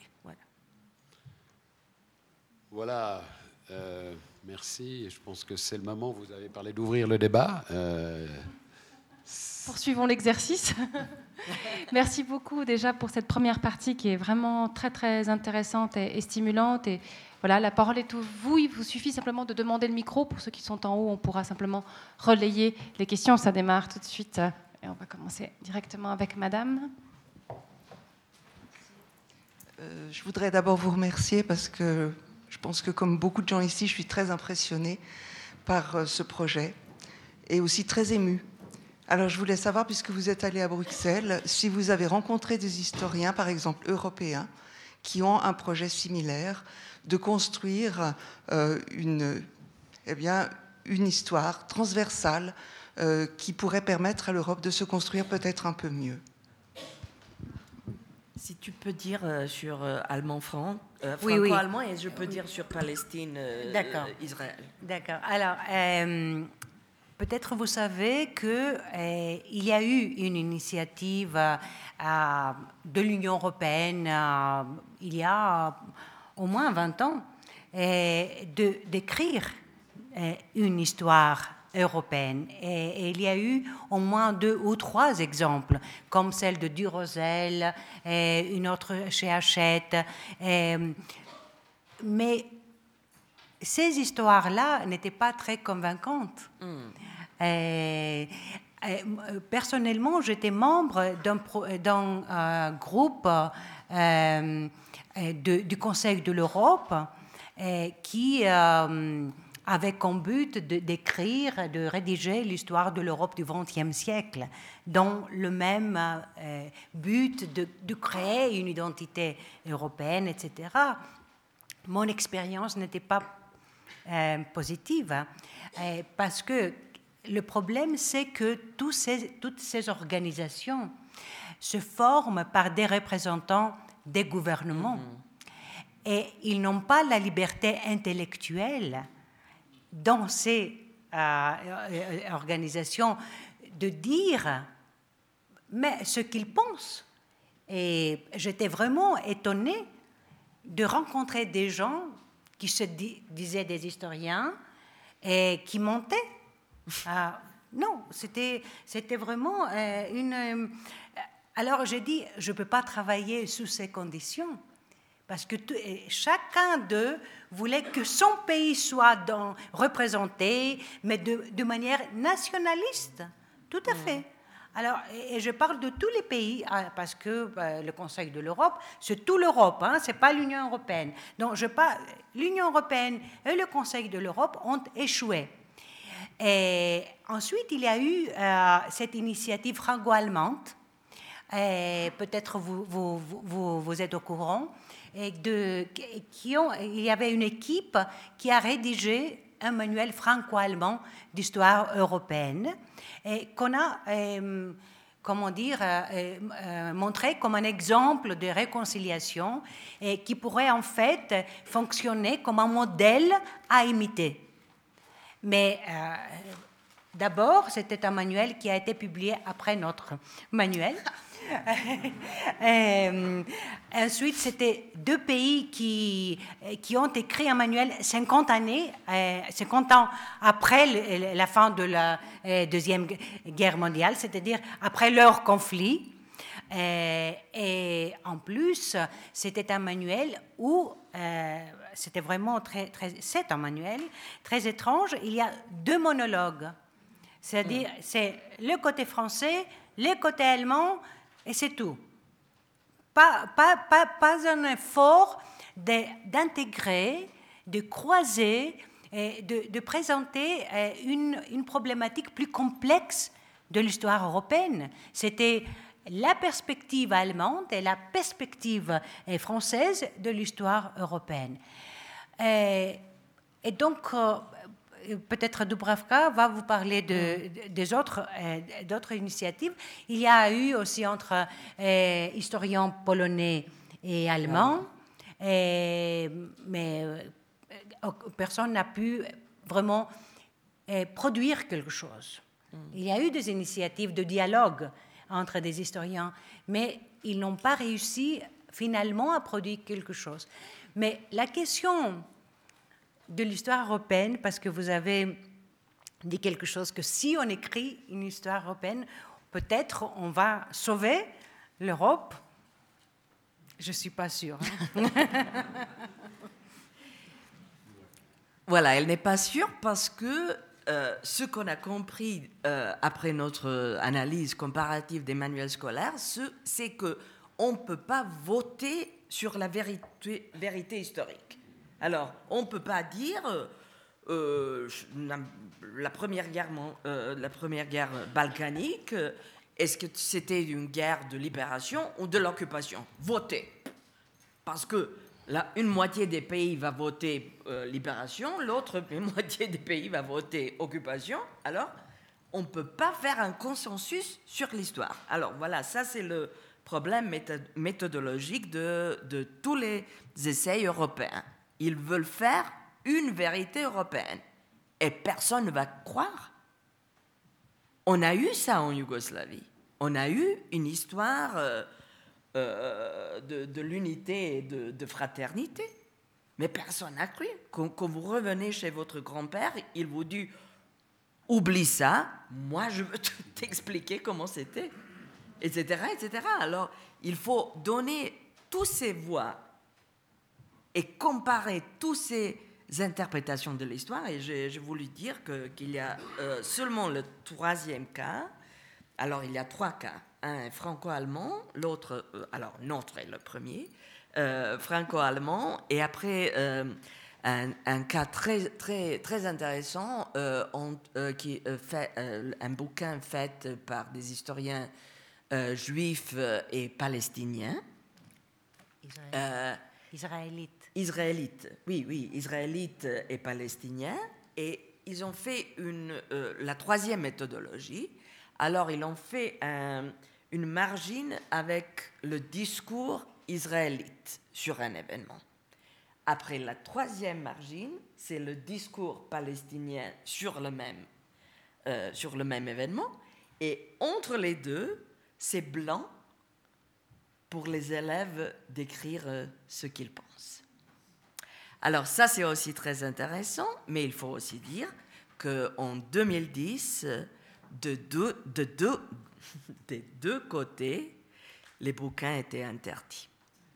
Voilà. Merci. Je pense que c'est le moment, vous avez parlé d'ouvrir le débat. Poursuivons l'exercice. Merci beaucoup déjà pour cette première partie qui est vraiment très très intéressante et stimulante. Et voilà, la parole est à vous. Il vous suffit simplement de demander le micro. Pour ceux qui sont en haut, on pourra simplement relayer les questions. Ça démarre tout de suite. Et on va commencer directement avec Madame. Je voudrais d'abord vous remercier parce que je pense que comme beaucoup de gens ici, je suis très impressionnée par ce projet et aussi très émue. Alors je voulais savoir, puisque vous êtes allé à Bruxelles, si vous avez rencontré des historiens, par exemple européens, qui ont un projet similaire de construire une histoire transversale qui pourrait permettre à l'Europe de se construire peut-être un peu mieux. Si tu peux dire sur franco-allemand, et je peux dire sur Palestine, Israël. D'accord. Alors, peut-être vous savez qu'il y a eu une initiative de l'Union européenne il y a au moins 20 ans d'écrire une histoire européenne. Et il y a eu au moins 2 ou 3 exemples, comme celle de Durosel, une autre chez Hachette. Mais ces histoires-là n'étaient pas très convaincantes. Personnellement, j'étais membre d'un groupe du Conseil de l'Europe qui avait comme but d'écrire, de rédiger l'histoire de l'Europe du XXe siècle, dans le même but de créer une identité européenne, etc. Mon expérience n'était pas positive, parce que le problème, c'est que toutes ces organisations se forment par des représentants des gouvernements. Et ils n'ont pas la liberté intellectuelle dans ces organisations de dire ce qu'ils pensent. Et j'étais vraiment étonnée de rencontrer des gens qui se disaient des historiens et qui mentaient. Non, c'était vraiment une... Alors j'ai dit, je ne peux pas travailler sous ces conditions, parce que chacun d'eux voulait que son pays soit représenté, mais de manière nationaliste, tout à fait. Alors, et je parle de tous les pays, parce que le Conseil de l'Europe, c'est tout l'Europe, ce n'est pas l'Union européenne. Donc, l'Union européenne et le Conseil de l'Europe ont échoué. Et ensuite, il y a eu cette initiative franco-allemande, peut-être vous êtes au courant, il y avait une équipe qui a rédigé un manuel franco-allemand d'histoire européenne et qu'on a, montré comme un exemple de réconciliation et qui pourrait en fait fonctionner comme un modèle à imiter. Mais d'abord, c'était un manuel qui a été publié après notre manuel. Ensuite, c'était 2 pays qui ont écrit un manuel 50 ans après la fin de la Deuxième Guerre mondiale, c'est-à-dire après leur conflit. Et en plus, c'était un manuel où c'était vraiment c'est un manuel très étrange. Il y a 2 monologues, c'est-à-dire c'est le côté français, le côté allemand, et c'est tout. Pas un effort d'intégrer, de croiser, de présenter une problématique plus complexe de l'histoire européenne. C'était la perspective allemande et la perspective française de l'histoire européenne. Et donc, peut-être Dubravka va vous parler d'autres initiatives. Il y a eu aussi entre historiens polonais et allemands, mais personne n'a pu vraiment produire quelque chose. Il y a eu des initiatives de dialogue entre des historiens, mais ils n'ont pas réussi finalement à produire quelque chose. Mais la question de l'histoire européenne, parce que vous avez dit quelque chose, que si on écrit une histoire européenne, peut-être on va sauver l'Europe. Je ne suis pas sûre. Voilà, elle n'est pas sûre parce que ce qu'on a compris après notre analyse comparative des manuels scolaires, c'est qu'on ne peut pas voter sur la vérité historique. Alors, on ne peut pas dire la première guerre balkanique, est-ce que c'était une guerre de libération ou de l'occupation? Voter. Parce que une moitié des pays va voter libération, l'autre moitié des pays va voter occupation. Alors, on ne peut pas faire un consensus sur l'histoire. Alors, voilà, ça c'est le problème méthodologique de tous les essais européens. Ils veulent faire une vérité européenne. Et personne ne va croire. On a eu ça en Yougoslavie. On a eu une histoire de l'unité et de fraternité. Mais personne n'a cru. Quand vous revenez chez votre grand-père, il vous dit « Oublie ça, moi je veux t'expliquer comment c'était. » Etc., etc. Alors, il faut donner toutes ces voix et comparer toutes ces interprétations de l'histoire. Et j'ai voulu dire qu'il y a seulement le 3e cas. Alors, il y a 3 cas. Un franco-allemand, l'autre, alors notre est le premier, franco-allemand, et après un cas très, très, très intéressant, qui fait un bouquin fait par des historiens juifs et palestiniens. Israélites, oui, israélites et palestiniens, et ils ont fait la 3e méthodologie. Alors, ils ont fait une margine avec le discours israélite sur un événement. Après la 3e margine, c'est le discours palestinien sur le même événement. Et entre les deux, c'est blanc pour les élèves d'écrire ce qu'ils pensent. Alors ça, c'est aussi très intéressant, mais il faut aussi dire qu'en 2010, des deux côtés, les bouquins étaient interdits.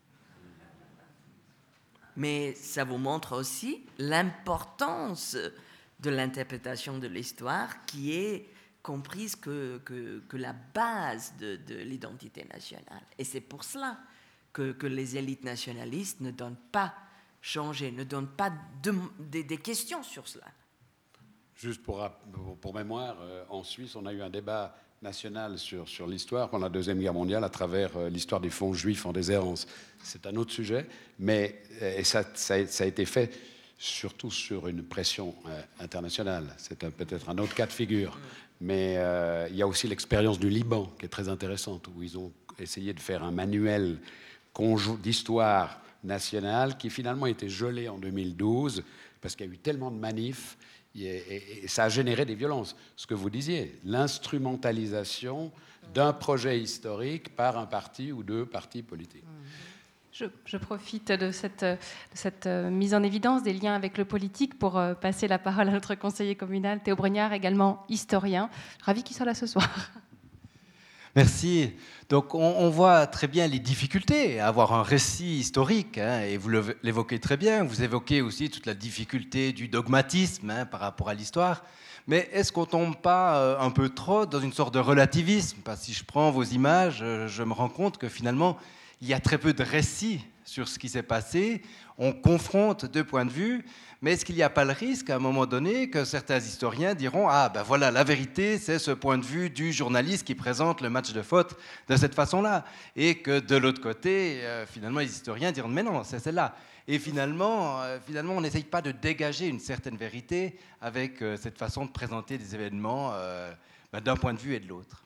Mais ça vous montre aussi l'importance de l'interprétation de l'histoire qui est comprise que la base de l'identité nationale. Et c'est pour cela que les élites nationalistes ne donnent pas changer, ne donnent pas des questions sur cela. Juste pour mémoire, en Suisse, on a eu un débat national sur l'histoire pendant la Deuxième Guerre mondiale à travers l'histoire des fonds juifs en déshérence. C'est un autre sujet, mais ça a été fait surtout sur une pression internationale. C'est peut-être un autre cas de figure. Mais il y a aussi l'expérience du Liban qui est très intéressante, où ils ont essayé de faire un manuel d'histoire nationale qui finalement a été gelé en 2012 parce qu'il y a eu tellement de manifs et ça a généré des violences. Ce que vous disiez, l'instrumentalisation d'un projet historique par un parti ou deux partis politiques. Je profite de cette mise en évidence des liens avec le politique pour passer la parole à notre conseiller communal, Théo Bregnard, également historien. Je suis ravie qu'il soit là ce soir. Merci. Donc on voit très bien les difficultés à avoir un récit historique, hein, et vous l'évoquez très bien. Vous évoquez aussi toute la difficulté du dogmatisme, hein, par rapport à l'histoire. Mais est-ce qu'on ne tombe pas un peu trop dans une sorte de relativisme? Parce que si je prends vos images, je me rends compte que finalement, il y a très peu de récits sur ce qui s'est passé. On confronte deux points de vue. Mais est-ce qu'il n'y a pas le risque, à un moment donné, que certains historiens diront « Ah, ben voilà, la vérité, c'est ce point de vue du journaliste qui présente le match de foot de cette façon-là. » Et que de l'autre côté, finalement, les historiens diront « Mais non, c'est celle-là. » Et finalement, on n'essaye pas de dégager une certaine vérité avec cette façon de présenter des événements d'un point de vue et de l'autre.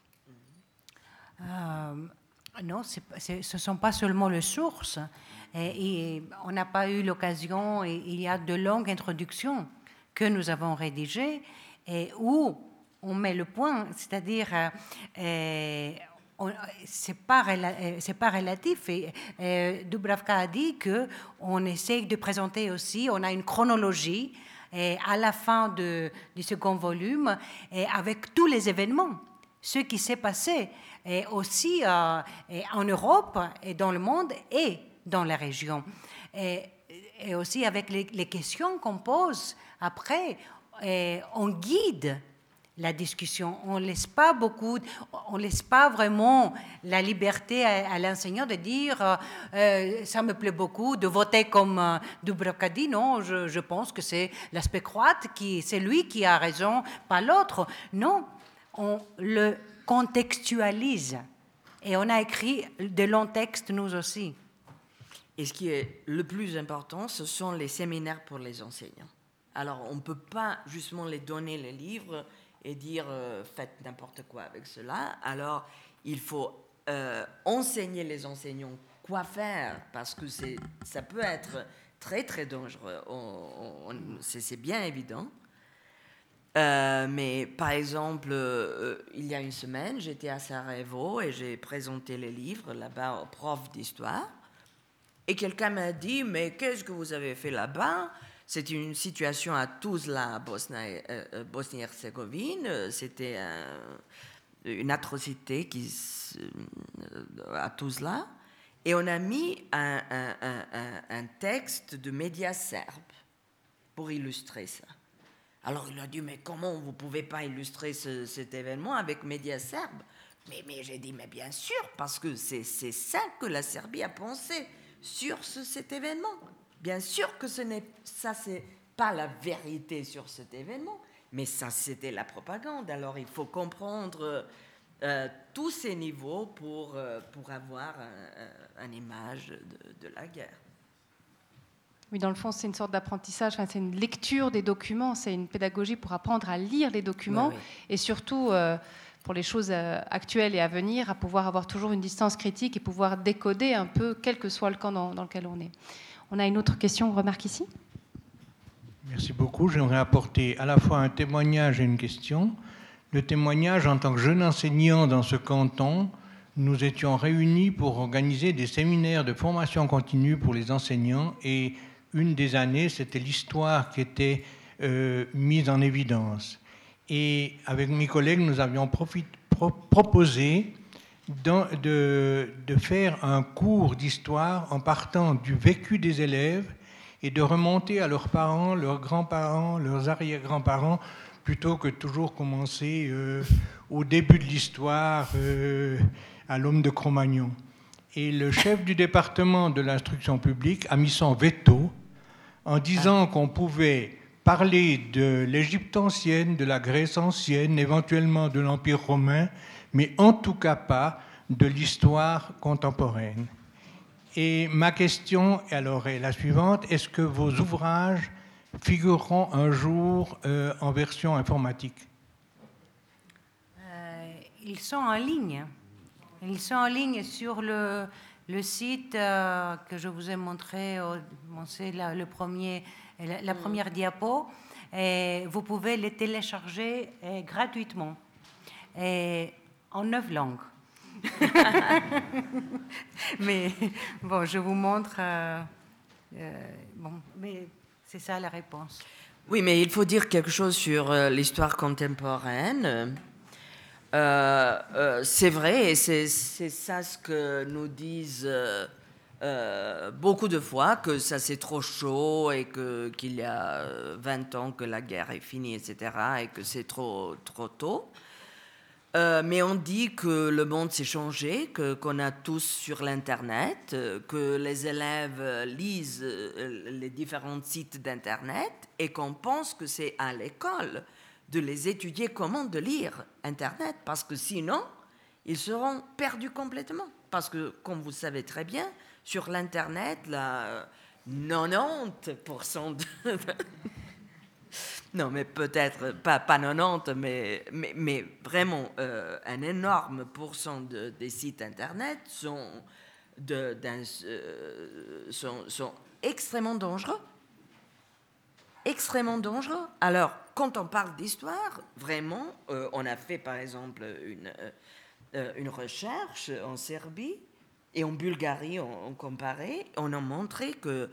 Non, ce ne sont pas seulement les sources. Et on n'a pas eu l'occasion, et il y a de longues introductions que nous avons rédigées et où on met le point, c'est-à-dire c'est pas relatif. Et Dubravka a dit qu'on essaie de présenter aussi, on a une chronologie à la fin du second volume avec tous les événements, ce qui s'est passé et aussi en Europe et dans le monde et dans la région. Et aussi avec les questions qu'on pose après, on guide la discussion. On laisse pas vraiment la liberté à l'enseignant de dire ça me plaît beaucoup de voter comme Dubravka dit. Non, je pense que c'est l'aspect croate c'est lui qui a raison, pas l'autre. Non, on le contextualise et on a écrit de longs textes nous aussi. Et ce qui est le plus important, ce sont les séminaires pour les enseignants. Alors, on ne peut pas justement les donner les livres et dire faites n'importe quoi avec cela. Alors, il faut enseigner les enseignants quoi faire, parce que ça peut être très, très dangereux. C'est bien évident. Mais par exemple, il y a une semaine, j'étais à Sarajevo et j'ai présenté les livres là-bas au prof d'histoire. Et quelqu'un m'a dit, mais qu'est-ce que vous avez fait là-bas? C'est une situation à Tuzla, Bosnie-Herzégovine. C'était une atrocité à Tuzla. Et on a mis un texte de médias serbes pour illustrer ça. Alors il a dit, mais comment vous ne pouvez pas illustrer cet événement avec médias serbes? Mais j'ai dit, mais bien sûr, parce que c'est ça que la Serbie a pensé sur cet événement. Bien sûr que c'est pas la vérité sur cet événement, mais ça, c'était la propagande. Alors, il faut comprendre tous ces niveaux pour avoir une image de la guerre. Oui, dans le fond, c'est une sorte d'apprentissage, c'est une lecture des documents, c'est une pédagogie pour apprendre à lire les documents, oui. Et surtout... pour les choses actuelles et à venir, à pouvoir avoir toujours une distance critique et pouvoir décoder un peu, quel que soit le camp dans lequel on est. On a une autre question, remarque ici. Merci beaucoup. J'aimerais apporter à la fois un témoignage et une question. Le témoignage, en tant que jeune enseignant dans ce canton, nous étions réunis pour organiser des séminaires de formation continue pour les enseignants et une des années, c'était l'histoire qui était mise en évidence. Et avec mes collègues, nous avions proposé de faire un cours d'histoire en partant du vécu des élèves et de remonter à leurs parents, leurs grands-parents, leurs arrière-grands-parents, plutôt que toujours commencer au début de l'histoire, à l'homme de Cro-Magnon. Et le chef du département de l'instruction publique a mis son veto en disant qu'on pouvait parler de l'Égypte ancienne, de la Grèce ancienne, éventuellement de l'Empire romain, mais en tout cas pas de l'histoire contemporaine. Et ma question alors est la suivante, est-ce que vos ouvrages figureront un jour en version informatique? Ils sont en ligne. Ils sont en ligne sur le site que je vous ai montré, c'est la première diapo. Et vous pouvez les télécharger gratuitement en 9 langues. Mais bon, je vous montre. Bon, mais c'est ça la réponse. Oui, mais il faut dire quelque chose sur l'histoire contemporaine. C'est vrai, et c'est ça ce que nous disent beaucoup de fois, que ça c'est trop chaud et qu'il y a 20 ans que la guerre est finie, etc., et que c'est trop tôt. Mais on dit que le monde s'est changé, qu'on a tous sur l'Internet, que les élèves lisent les différents sites d'Internet et qu'on pense que c'est à l'école de les étudier comment de lire Internet, parce que sinon, ils seront perdus complètement. Parce que, comme vous savez très bien, sur l'Internet, 90% de... Non, mais peut-être pas 90, mais vraiment un énorme pourcent des sites Internet sont extrêmement dangereux. Extrêmement dangereux. Alors, quand on parle d'histoire, vraiment, on a fait par exemple une recherche en Serbie et en Bulgarie, on comparait, on a montré que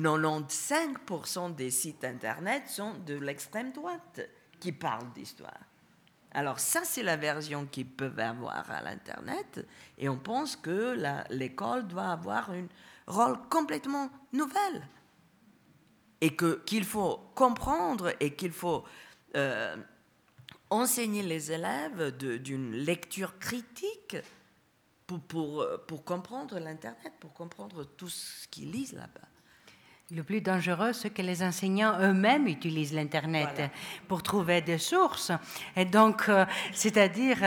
95% des sites Internet sont de l'extrême droite qui parlent d'histoire. Alors ça, c'est la version qu'ils peuvent avoir à l'Internet, et on pense que l'école doit avoir un rôle complètement nouvel, et qu'il faut comprendre et qu'il faut enseigner les élèves d'une lecture critique pour comprendre l'Internet, pour comprendre tout ce qu'ils lisent là-bas. Le plus dangereux, c'est que les enseignants eux-mêmes utilisent l'Internet, voilà, pour trouver des sources. Et donc, c'est-à-dire,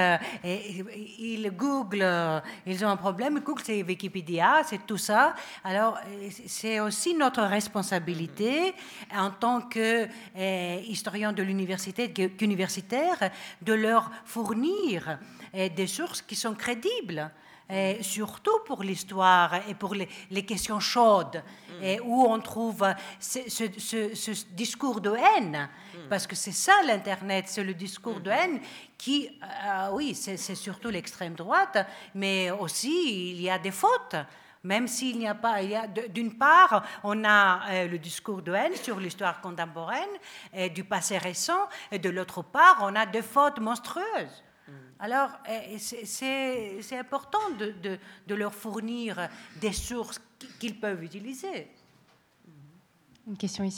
ils googlent, ils ont un problème, ils googlent, c'est Wikipédia, c'est tout ça. Alors, c'est aussi notre responsabilité, en tant qu'historien de l'université, qu'universitaire, de leur fournir des sources qui sont crédibles. Et surtout pour l'histoire et pour les questions chaudes, où on trouve ce discours de haine, parce que c'est ça l'Internet, c'est le discours de haine qui, oui, c'est surtout l'extrême droite, mais aussi il y a des fautes. Même s'il n'y a pas, d'une part, on a le discours de haine sur l'histoire contemporaine et du passé récent, et de l'autre part, on a des fautes monstrueuses. Alors, c'est important de leur fournir des sources qu'ils peuvent utiliser. Une question ici ?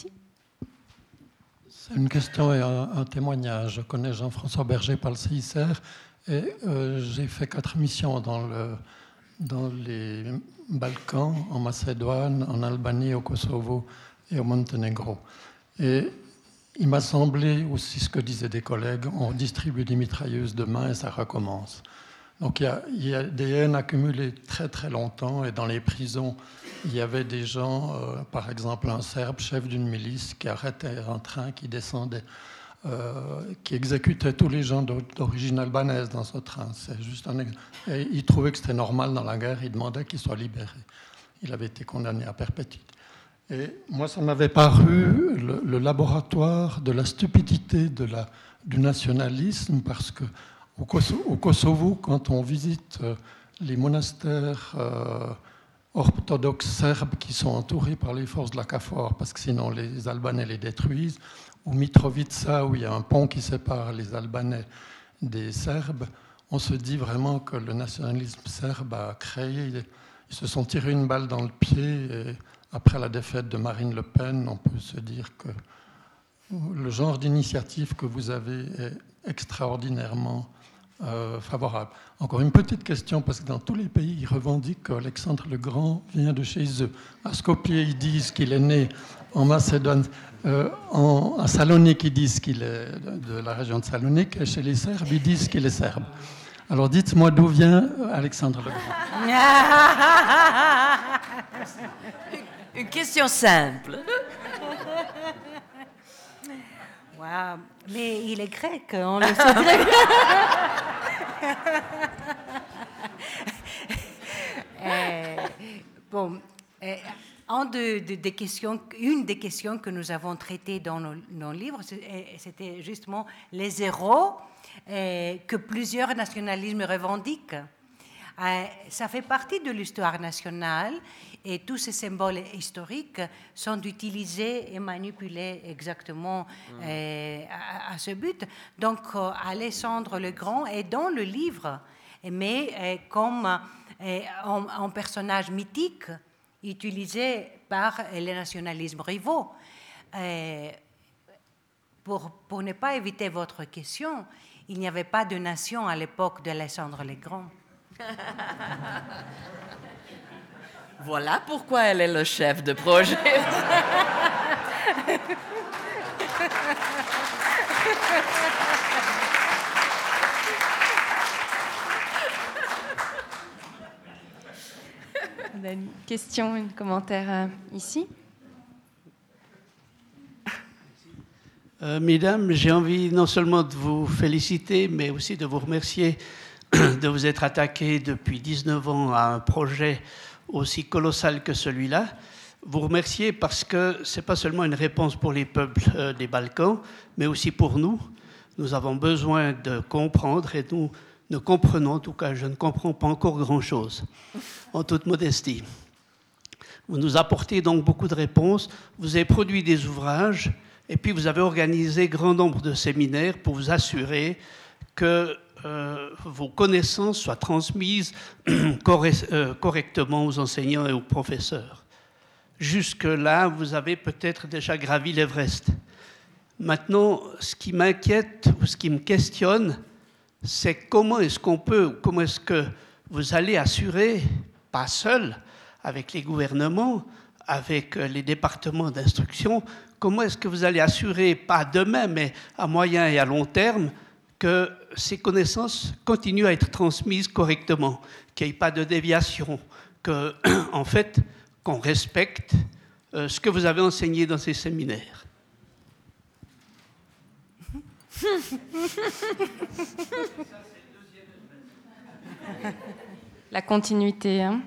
C'est une question et un témoignage. Je connais Jean-François Berger par le CICR et j'ai fait 4 missions dans les Balkans, en Macédoine, en Albanie, au Kosovo et au Monténégro. Et il m'a semblé aussi ce que disaient des collègues, on distribue des mitrailleuses demain et ça recommence. Donc il y a des haines accumulées très très longtemps, et dans les prisons, il y avait des gens, par exemple un Serbe, chef d'une milice, qui arrêtait un train qui descendait, qui exécutait tous les gens d'origine albanaise dans ce train. C'est juste et il trouvait que c'était normal dans la guerre, il demandait qu'il soit libéré. Il avait été condamné à perpétuité. Et moi, ça m'avait paru le laboratoire de la stupidité du nationalisme, parce qu'au Kosovo, quand on visite les monastères orthodoxes serbes qui sont entourés par les forces de la KFOR, parce que sinon les Albanais les détruisent, ou Mitrovica, où il y a un pont qui sépare les Albanais des Serbes, on se dit vraiment que le nationalisme serbe a créé... Ils se sont tirés une balle dans le pied, et après la défaite de Marine Le Pen, on peut se dire que le genre d'initiative que vous avez est extraordinairement favorable. Encore une petite question, parce que dans tous les pays, ils revendiquent qu'Alexandre le Grand vient de chez eux. À Skopje, ils disent qu'il est né en Macédoine. À Salonique, ils disent qu'il est de la région de Salonique. Et chez les Serbes, ils disent qu'il est serbe. Alors dites-moi d'où vient Alexandre le Grand. Une question simple. Wow. Mais il est grec, on le sait grec. Bon, une des questions que nous avons traitées dans nos livres, c'était justement les héros que plusieurs nationalismes revendiquent. Ça fait partie de l'histoire nationale et tous ces symboles historiques sont utilisés et manipulés exactement à ce but. Donc, Alexandre le Grand est dans le livre, mais comme un personnage mythique utilisé par les nationalismes rivaux. Pour ne pas éviter votre question, il n'y avait pas de nation à l'époque d'Alexandre le Grand. Voilà pourquoi elle est le chef de projet. On a une question, un commentaire ici. Mesdames, j'ai envie non seulement de vous féliciter, mais aussi de vous remercier de vous être attaquées depuis 19 ans à un projet aussi colossal que celui-là. Vous remercier parce que ce n'est pas seulement une réponse pour les peuples des Balkans, mais aussi pour nous. Nous avons besoin de comprendre et nous ne comprenons, en tout cas je ne comprends pas encore grand-chose, en toute modestie. Vous nous apportez donc beaucoup de réponses, vous avez produit des ouvrages, et puis vous avez organisé grand nombre de séminaires pour vous assurer que vos connaissances soient transmises correctement aux enseignants et aux professeurs. Jusque-là, vous avez peut-être déjà gravi l'Everest. Maintenant, ce qui m'inquiète ou ce qui me questionne, c'est comment est-ce que vous allez assurer, pas seul, avec les gouvernements, avec les départements d'instruction, comment est-ce que vous allez assurer, pas demain, mais à moyen et à long terme, que ces connaissances continuent à être transmises correctement, qu'il n'y ait pas de déviation, en fait, qu'on respecte ce que vous avez enseigné dans ces séminaires. La continuité. Hein.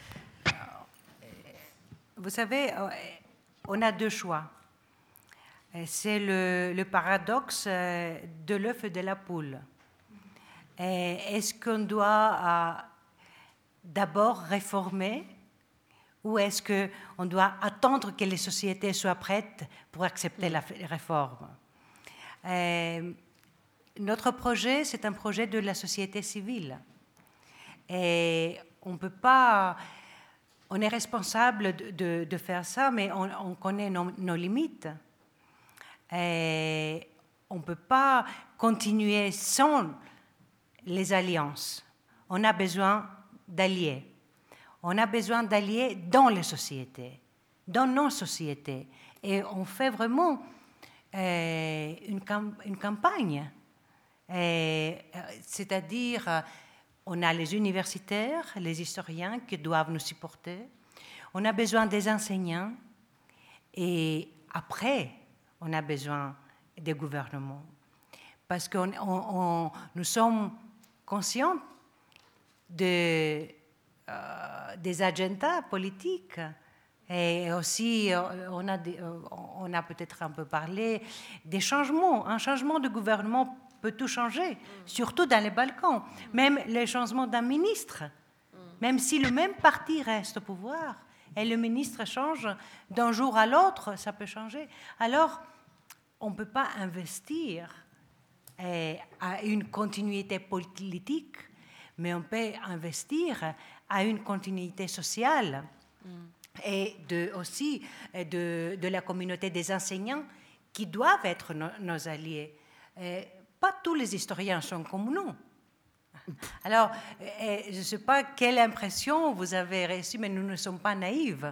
Vous savez, on a deux choix. C'est le paradoxe de l'œuf et de la poule. Est-ce qu'on doit d'abord réformer ou est-ce qu'on doit attendre que les sociétés soient prêtes pour accepter la réforme? Notre projet, c'est un projet de la société civile. Et on peut pas... On est responsable de faire ça, mais on connaît nos limites. Et on ne peut pas continuer sans les alliances. On a besoin d'alliés. On a besoin d'alliés dans les sociétés, dans nos sociétés. Et on fait vraiment une campagne. C'est-à-dire, on a les universitaires, les historiens qui doivent nous supporter. On a besoin des enseignants. Et après, on a besoin des gouvernements. Parce que nous sommes conscients des agendas politiques. Et aussi, on a peut-être un peu parlé des changements. Un changement de gouvernement peut tout changer, surtout dans les Balkans. Même le changement d'un ministre, même si le même parti reste au pouvoir, et le ministre change d'un jour à l'autre, ça peut changer. Alors, on ne peut pas investir à une continuité politique, mais on peut investir à une continuité sociale et aussi de la communauté des enseignants qui doivent être nos alliés. Pas tous les historiens sont comme nous. Alors, je ne sais pas quelle impression vous avez reçue, mais nous ne sommes pas naïves.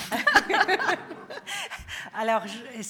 Alors,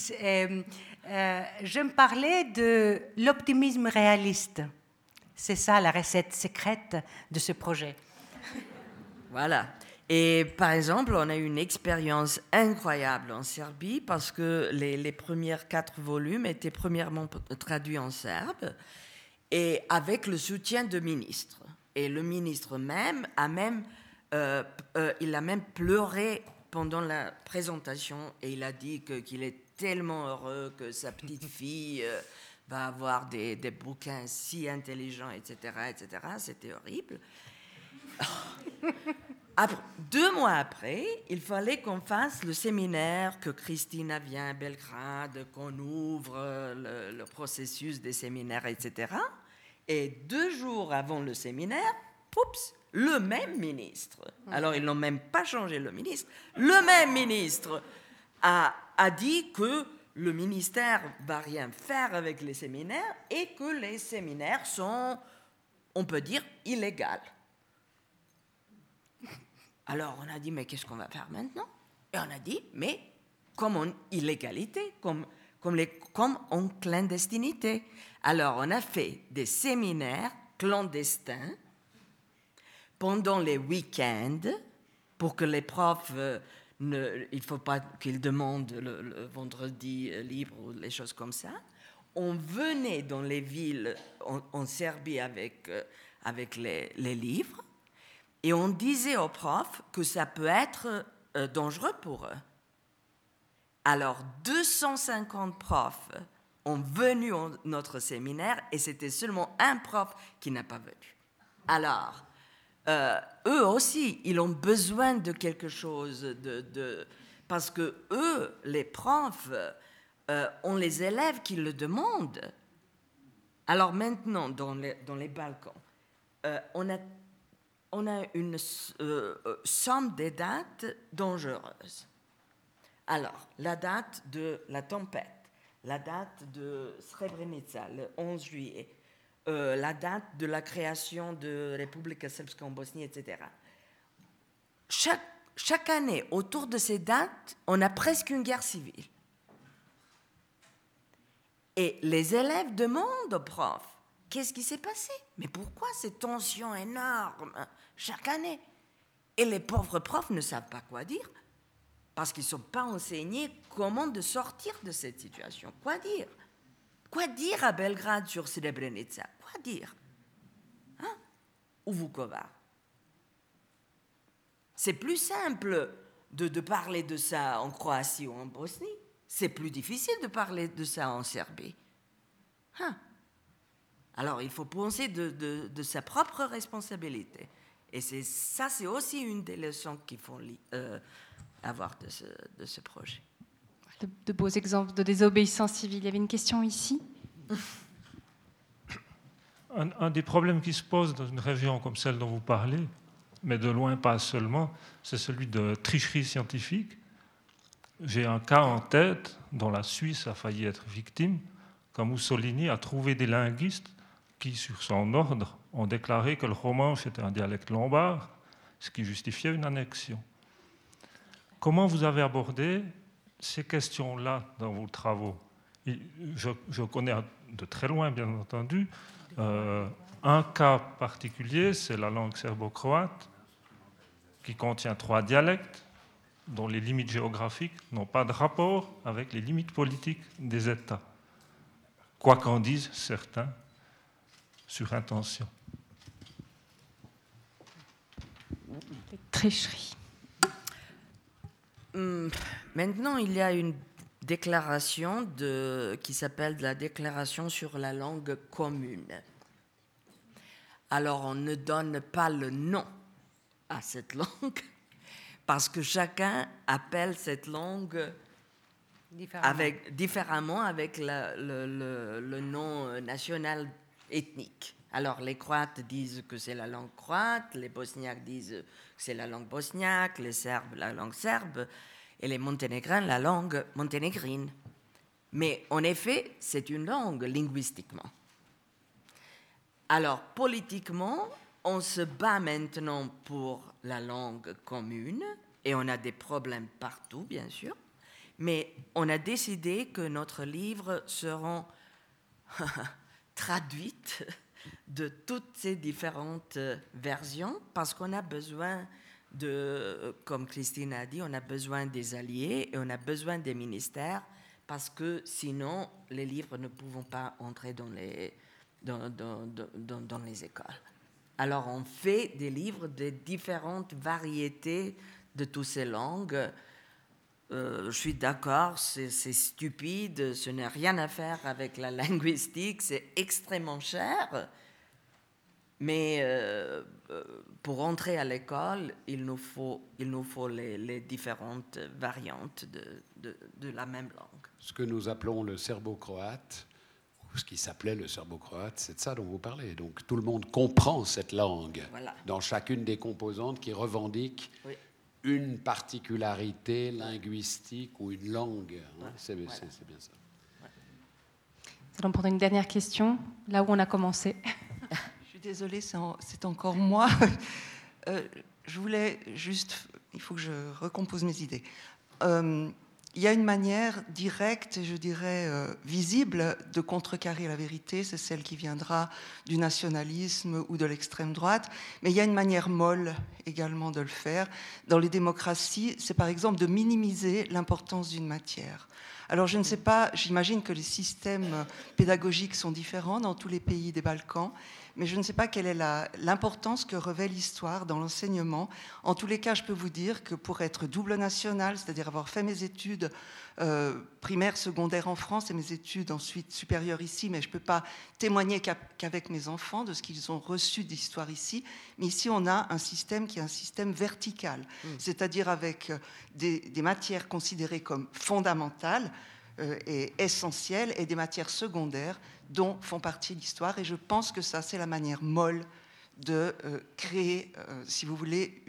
je me parlais de l'optimisme réaliste. C'est ça la recette secrète de ce projet. Voilà. Et par exemple, on a eu une expérience incroyable en Serbie parce que les premiers 4 volumes étaient premièrement traduits en serbe et avec le soutien de ministres. Et le ministre même il a même pleuré pendant la présentation et il a dit qu'il est tellement heureux que sa petite fille va avoir des bouquins si intelligents, etc., etc. C'était horrible. 2 mois après, il fallait qu'on fasse le séminaire, que Christina vienne à Belgrade, qu'on ouvre le processus des séminaires, etc. Et 2 jours avant le séminaire, oups, le même ministre, alors ils n'ont même pas changé le ministre, le même ministre a dit que le ministère ne va rien faire avec les séminaires et que les séminaires sont, on peut dire, illégaux. Alors on a dit, mais qu'est-ce qu'on va faire maintenant? Et on a dit, mais comme en illégalité, comme en clandestinité. Alors on a fait des séminaires clandestins pendant les week-ends, pour que les profs, il ne faut pas qu'ils demandent le vendredi libre ou les choses comme ça. On venait dans les villes en Serbie avec les livres, et on disait aux profs que ça peut être dangereux pour eux. Alors 250 profs ont venu à notre séminaire, et c'était seulement un prof qui n'a pas venu. Alors, eux aussi, ils ont besoin de quelque chose, parce que eux, les profs, ont les élèves qui le demandent. Alors maintenant, dans les Balkans, on a une somme de dates dangereuses. Alors, la date de la tempête, la date de Srebrenica, le 11 juillet, la date de la création de Republika Srpska en Bosnie, etc. Chaque année, autour de ces dates, on a presque une guerre civile. Et les élèves demandent aux profs, qu'est-ce qui s'est passé? Mais pourquoi ces tensions énormes chaque année? Et les pauvres profs ne savent pas quoi dire, parce qu'ils ne sont pas enseignés comment de sortir de cette situation. Quoi dire? Quoi dire à Belgrade sur Srebrenica? Quoi dire? Hein? Ou Vukovar? C'est plus simple de parler de ça en Croatie ou en Bosnie. C'est plus difficile de parler de ça en Serbie. Hein? Alors, il faut penser de sa propre responsabilité. Et c'est aussi une des leçons qu'il faut avoir de ce projet. De beaux exemples de désobéissance civile. Il y avait une question ici. Un des problèmes qui se posent dans une région comme celle dont vous parlez, mais de loin pas seulement, c'est celui de tricherie scientifique. J'ai un cas en tête dont la Suisse a failli être victime, quand Mussolini a trouvé des linguistes qui, sur son ordre, ont déclaré que le romanche était un dialecte lombard, ce qui justifiait une annexion. Comment vous avez abordé ces questions-là dans vos travaux? Je connais de très loin, bien entendu, un cas particulier, c'est la langue serbo-croate, qui contient 3 dialectes, dont les limites géographiques n'ont pas de rapport avec les limites politiques des États, quoi qu'en disent certains sur intention. Tricherie. Maintenant, il y a une déclaration qui s'appelle la déclaration sur la langue commune. Alors, on ne donne pas le nom à cette langue, parce que chacun appelle cette langue différemment avec le nom national ethnique. Alors, les Croates disent que c'est la langue croate, les Bosniaques disent que c'est la langue bosniaque, les Serbes la langue serbe, et les Monténégrins la langue monténégrine. Mais en effet, c'est une langue linguistiquement. Alors, politiquement, on se bat maintenant pour la langue commune, et on a des problèmes partout, bien sûr, mais on a décidé que notre livre sera traduite de toutes ces différentes versions, parce qu'on a besoin comme Christine a dit, on a besoin des alliés et on a besoin des ministères, parce que sinon, les livres ne pourront pas entrer dans les écoles. Alors, on fait des livres de différentes variétés de toutes ces langues. Je suis d'accord, c'est stupide, ce n'a rien à faire avec la linguistique, c'est extrêmement cher. Mais pour entrer à l'école, il nous faut les différentes variantes de la même langue. Ce que nous appelons le serbo-croate, ou ce qui s'appelait le serbo-croate, c'est de ça dont vous parlez. Donc tout le monde comprend cette langue dans chacune des composantes qui revendiquent une particularité linguistique ou une langue. C'est bien ça. Nous allons prendre une dernière question, là où on a commencé. Je suis désolée, c'est encore moi. Je voulais juste... Il faut que je recompose mes idées. Il y a une manière directe et je dirais visible de contrecarrer la vérité, c'est celle qui viendra du nationalisme ou de l'extrême droite, mais il y a une manière molle également de le faire. Dans les démocraties, c'est par exemple de minimiser l'importance d'une matière. Alors je ne sais pas, j'imagine que les systèmes pédagogiques sont différents dans tous les pays des Balkans, mais je ne sais pas quelle est l'importance que revêt l'histoire dans l'enseignement. En tous les cas, je peux vous dire que pour être double national, c'est-à-dire avoir fait mes études primaires, secondaires en France et mes études ensuite supérieures ici, mais je ne peux pas témoigner qu'avec mes enfants de ce qu'ils ont reçu d'histoire ici. Mais ici, on a un système qui est un système vertical, c'est-à-dire avec des matières considérées comme fondamentales et essentielles et des matières secondaires dont font partie l'histoire. Et je pense que ça, c'est la manière molle de créer, si vous voulez,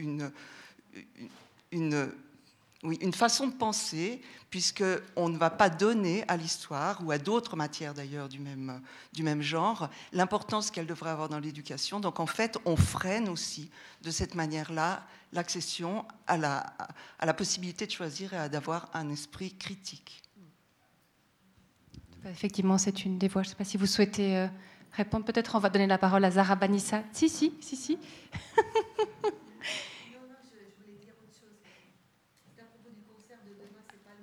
une façon de penser, puisqu'on ne va pas donner à l'histoire, ou à d'autres matières d'ailleurs du même genre, l'importance qu'elle devrait avoir dans l'éducation. Donc en fait, on freine aussi de cette manière-là l'accession à la possibilité de choisir et d'avoir un esprit critique. Effectivement, c'est une des voies. Je ne sais pas si vous souhaitez répondre. Peut-être on va donner la parole à Zahra Banissa. Si. Non, je voulais dire autre chose. À propos du concert de demain, c'est pas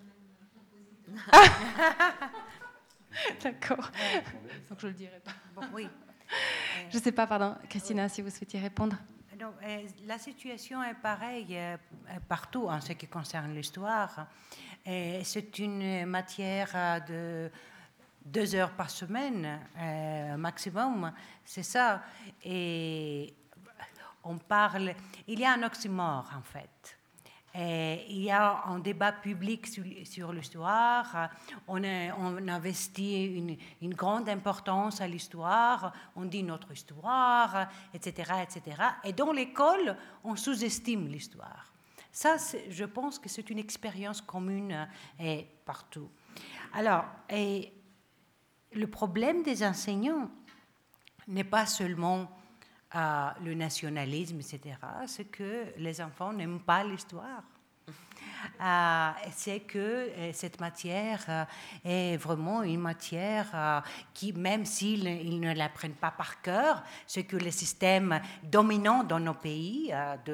le même compositeur. D'accord. Donc je ne le dirai pas. Bon, oui. Je ne sais pas, pardon. Christina, si vous souhaitiez répondre. Donc, la situation est pareille partout en ce qui concerne l'histoire. C'est une matière de 2 heures par semaine maximum, c'est ça. Et on parle... Il y a un oxymore, en fait. Il y a un débat public sur l'histoire. On investit une grande importance à l'histoire. On dit notre histoire, etc., etc. Et dans l'école, on sous-estime l'histoire. Ça, je pense que c'est une expérience commune partout. Alors, le problème des enseignants n'est pas seulement le nationalisme, etc. C'est que les enfants n'aiment pas l'histoire. C'est que cette matière est vraiment une matière qui, même s'ils ne l'apprennent pas par cœur, c'est que le système dominant dans nos pays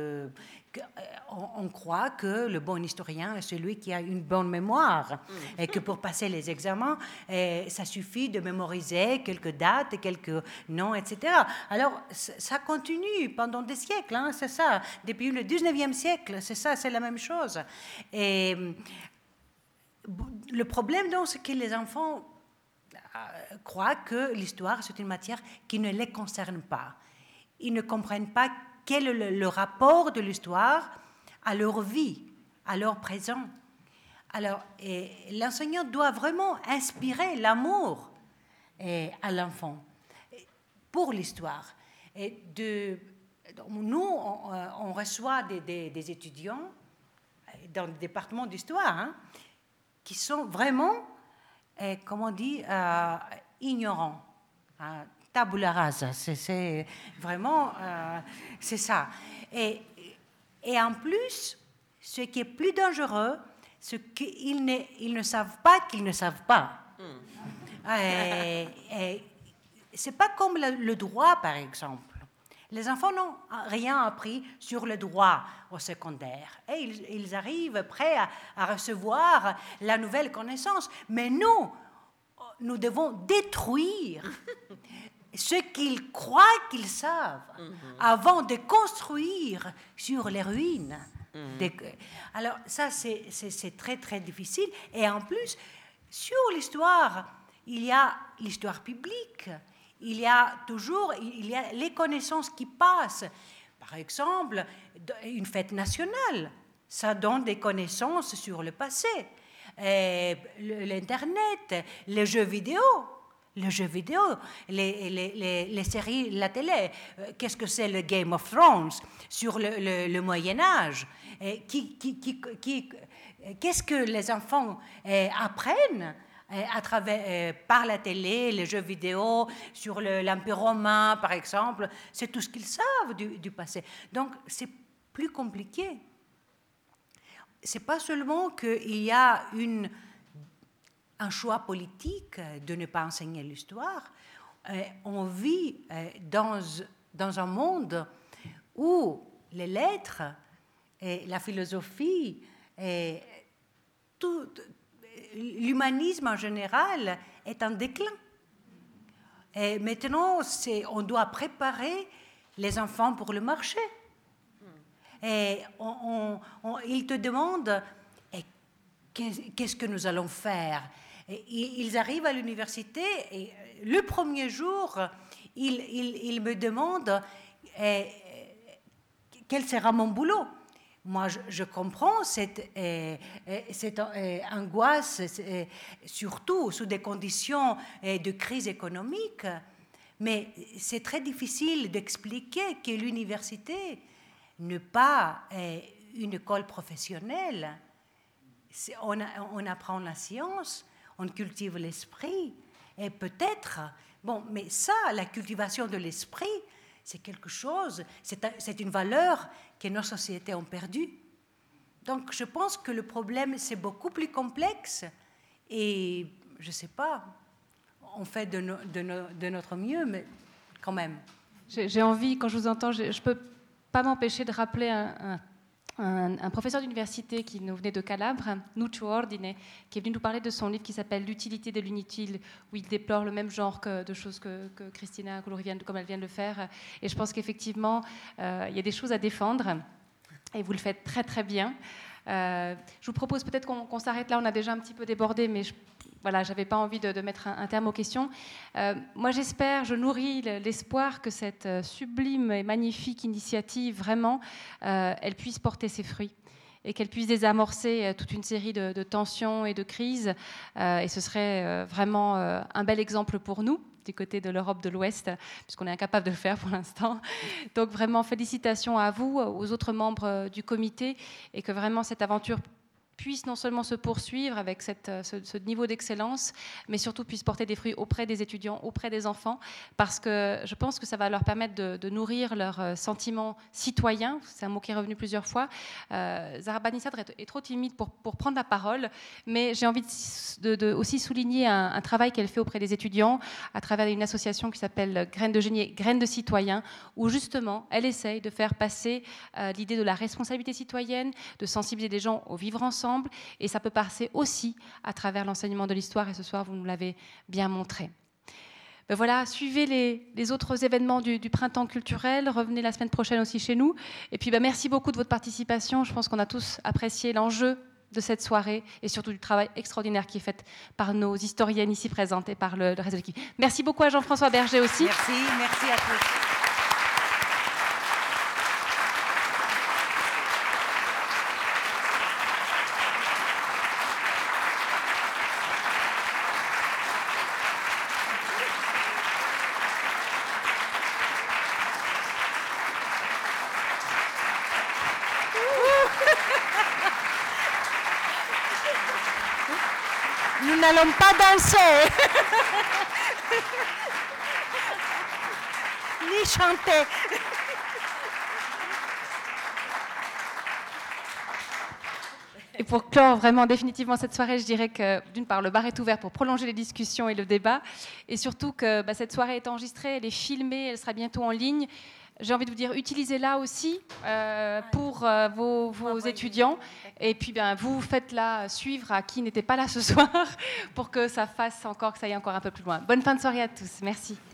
on croit que le bon historien est celui qui a une bonne mémoire et que pour passer les examens, ça suffit de mémoriser quelques dates et quelques noms, etc. Alors, ça continue pendant des siècles, hein, c'est ça. Depuis le 19e siècle, c'est ça, c'est la même chose. Et le problème, donc, c'est que les enfants croient que l'histoire, c'est une matière qui ne les concerne pas. Ils ne comprennent pas quel est le rapport de l'histoire à leur vie, à leur présent. Alors, l'enseignant doit vraiment inspirer l'amour à l'enfant pour l'histoire. Nous, on reçoit des étudiants dans le département d'histoire qui sont vraiment, comment on dit, ignorants. Tabula rasa, c'est vraiment, c'est ça. Et en plus, ce qui est plus dangereux, c'est qu'ils ne savent pas qu'ils ne savent pas. C'est pas comme le droit, par exemple. Les enfants n'ont rien appris sur le droit au secondaire. Et ils arrivent prêts à recevoir la nouvelle connaissance. Mais nous devons détruire ce qu'ils croient qu'ils savent avant de construire sur les ruines. Alors ça, c'est très, très difficile. Et en plus, sur l'histoire, il y a l'histoire publique, il y a toujours les connaissances qui passent. Par exemple, une fête nationale, ça donne des connaissances sur le passé. L'Internet, les jeux vidéo, les séries, la télé. Qu'est-ce que c'est le Game of Thrones sur le Moyen-Âge? Qu'est-ce que les enfants apprennent par la télé, les jeux vidéo, sur l'Empire romain, par exemple? C'est tout ce qu'ils savent du passé. Donc, c'est plus compliqué. C'est pas seulement qu'il y a un choix politique de ne pas enseigner l'histoire. On vit dans un monde où les lettres, et la philosophie, et l'humanisme en général est en déclin. Et maintenant, on doit préparer les enfants pour le marché. Et ils te demandent qu'est-ce que nous allons faire. Et ils arrivent à l'université et le premier jour, ils me demandent quel sera mon boulot. Moi, je comprends cette angoisse, surtout sous des conditions de crise économique, mais c'est très difficile d'expliquer que l'université n'est pas une école professionnelle. On apprend la science, on cultive l'esprit, et peut-être, mais ça, la cultivation de l'esprit, c'est quelque chose, c'est une valeur que nos sociétés ont perdue. Donc, je pense que le problème, c'est beaucoup plus complexe, et je ne sais pas, on fait de notre mieux, mais quand même. J'ai envie, quand je vous entends, je peux pas m'empêcher de rappeler un professeur d'université qui nous venait de Calabre, Nuccio Ordine, qui est venu nous parler de son livre qui s'appelle L'utilité de l'inutile, où il déplore le même genre de choses que Cristina Coulouri, comme elle vient de le faire. Et je pense qu'effectivement, il y a des choses à défendre, et vous le faites très très bien. Je vous propose peut-être qu'on s'arrête là, on a déjà un petit peu débordé, mais voilà, je n'avais pas envie de mettre un terme aux questions. Moi, j'espère, je nourris l'espoir que cette sublime et magnifique initiative, vraiment, elle puisse porter ses fruits et qu'elle puisse désamorcer toute une série de tensions et de crises. Et ce serait vraiment un bel exemple pour nous, du côté de l'Europe de l'Ouest, puisqu'on est incapable de le faire pour l'instant. Donc vraiment, félicitations à vous, aux autres membres du comité, et que vraiment cette aventure puisse non seulement se poursuivre avec ce niveau d'excellence, mais surtout puisse porter des fruits auprès des étudiants, auprès des enfants, parce que je pense que ça va leur permettre de nourrir leurs sentiments citoyens. C'est un mot qui est revenu plusieurs fois. Zahra Bani-Sadr est trop timide pour prendre la parole, mais j'ai envie de aussi souligner un travail qu'elle fait auprès des étudiants à travers une association qui s'appelle Graines de génie, Graines de citoyens, où justement elle essaye de faire passer l'idée de la responsabilité citoyenne, de sensibiliser les gens au vivre ensemble. Et ça peut passer aussi à travers l'enseignement de l'histoire, et ce soir vous nous l'avez bien montré. Ben voilà, suivez les autres événements du printemps culturel, revenez la semaine prochaine aussi chez nous, et puis merci beaucoup de votre participation. Je pense qu'on a tous apprécié l'enjeu de cette soirée et surtout du travail extraordinaire qui est fait par nos historiennes ici présentes et par le reste de l'équipe. Merci beaucoup à Jean-François Berger aussi. Merci à tous. Nous n'allons pas danser, ni chanter. Et pour clore vraiment définitivement cette soirée, je dirais que d'une part, le bar est ouvert pour prolonger les discussions et le débat, et surtout que cette soirée est enregistrée, elle est filmée, elle sera bientôt en ligne. J'ai envie de vous dire, utilisez-la aussi pour vos étudiants. Et puis, vous faites-la suivre à qui n'était pas là ce soir pour que ça aille encore un peu plus loin. Bonne fin de soirée à tous. Merci.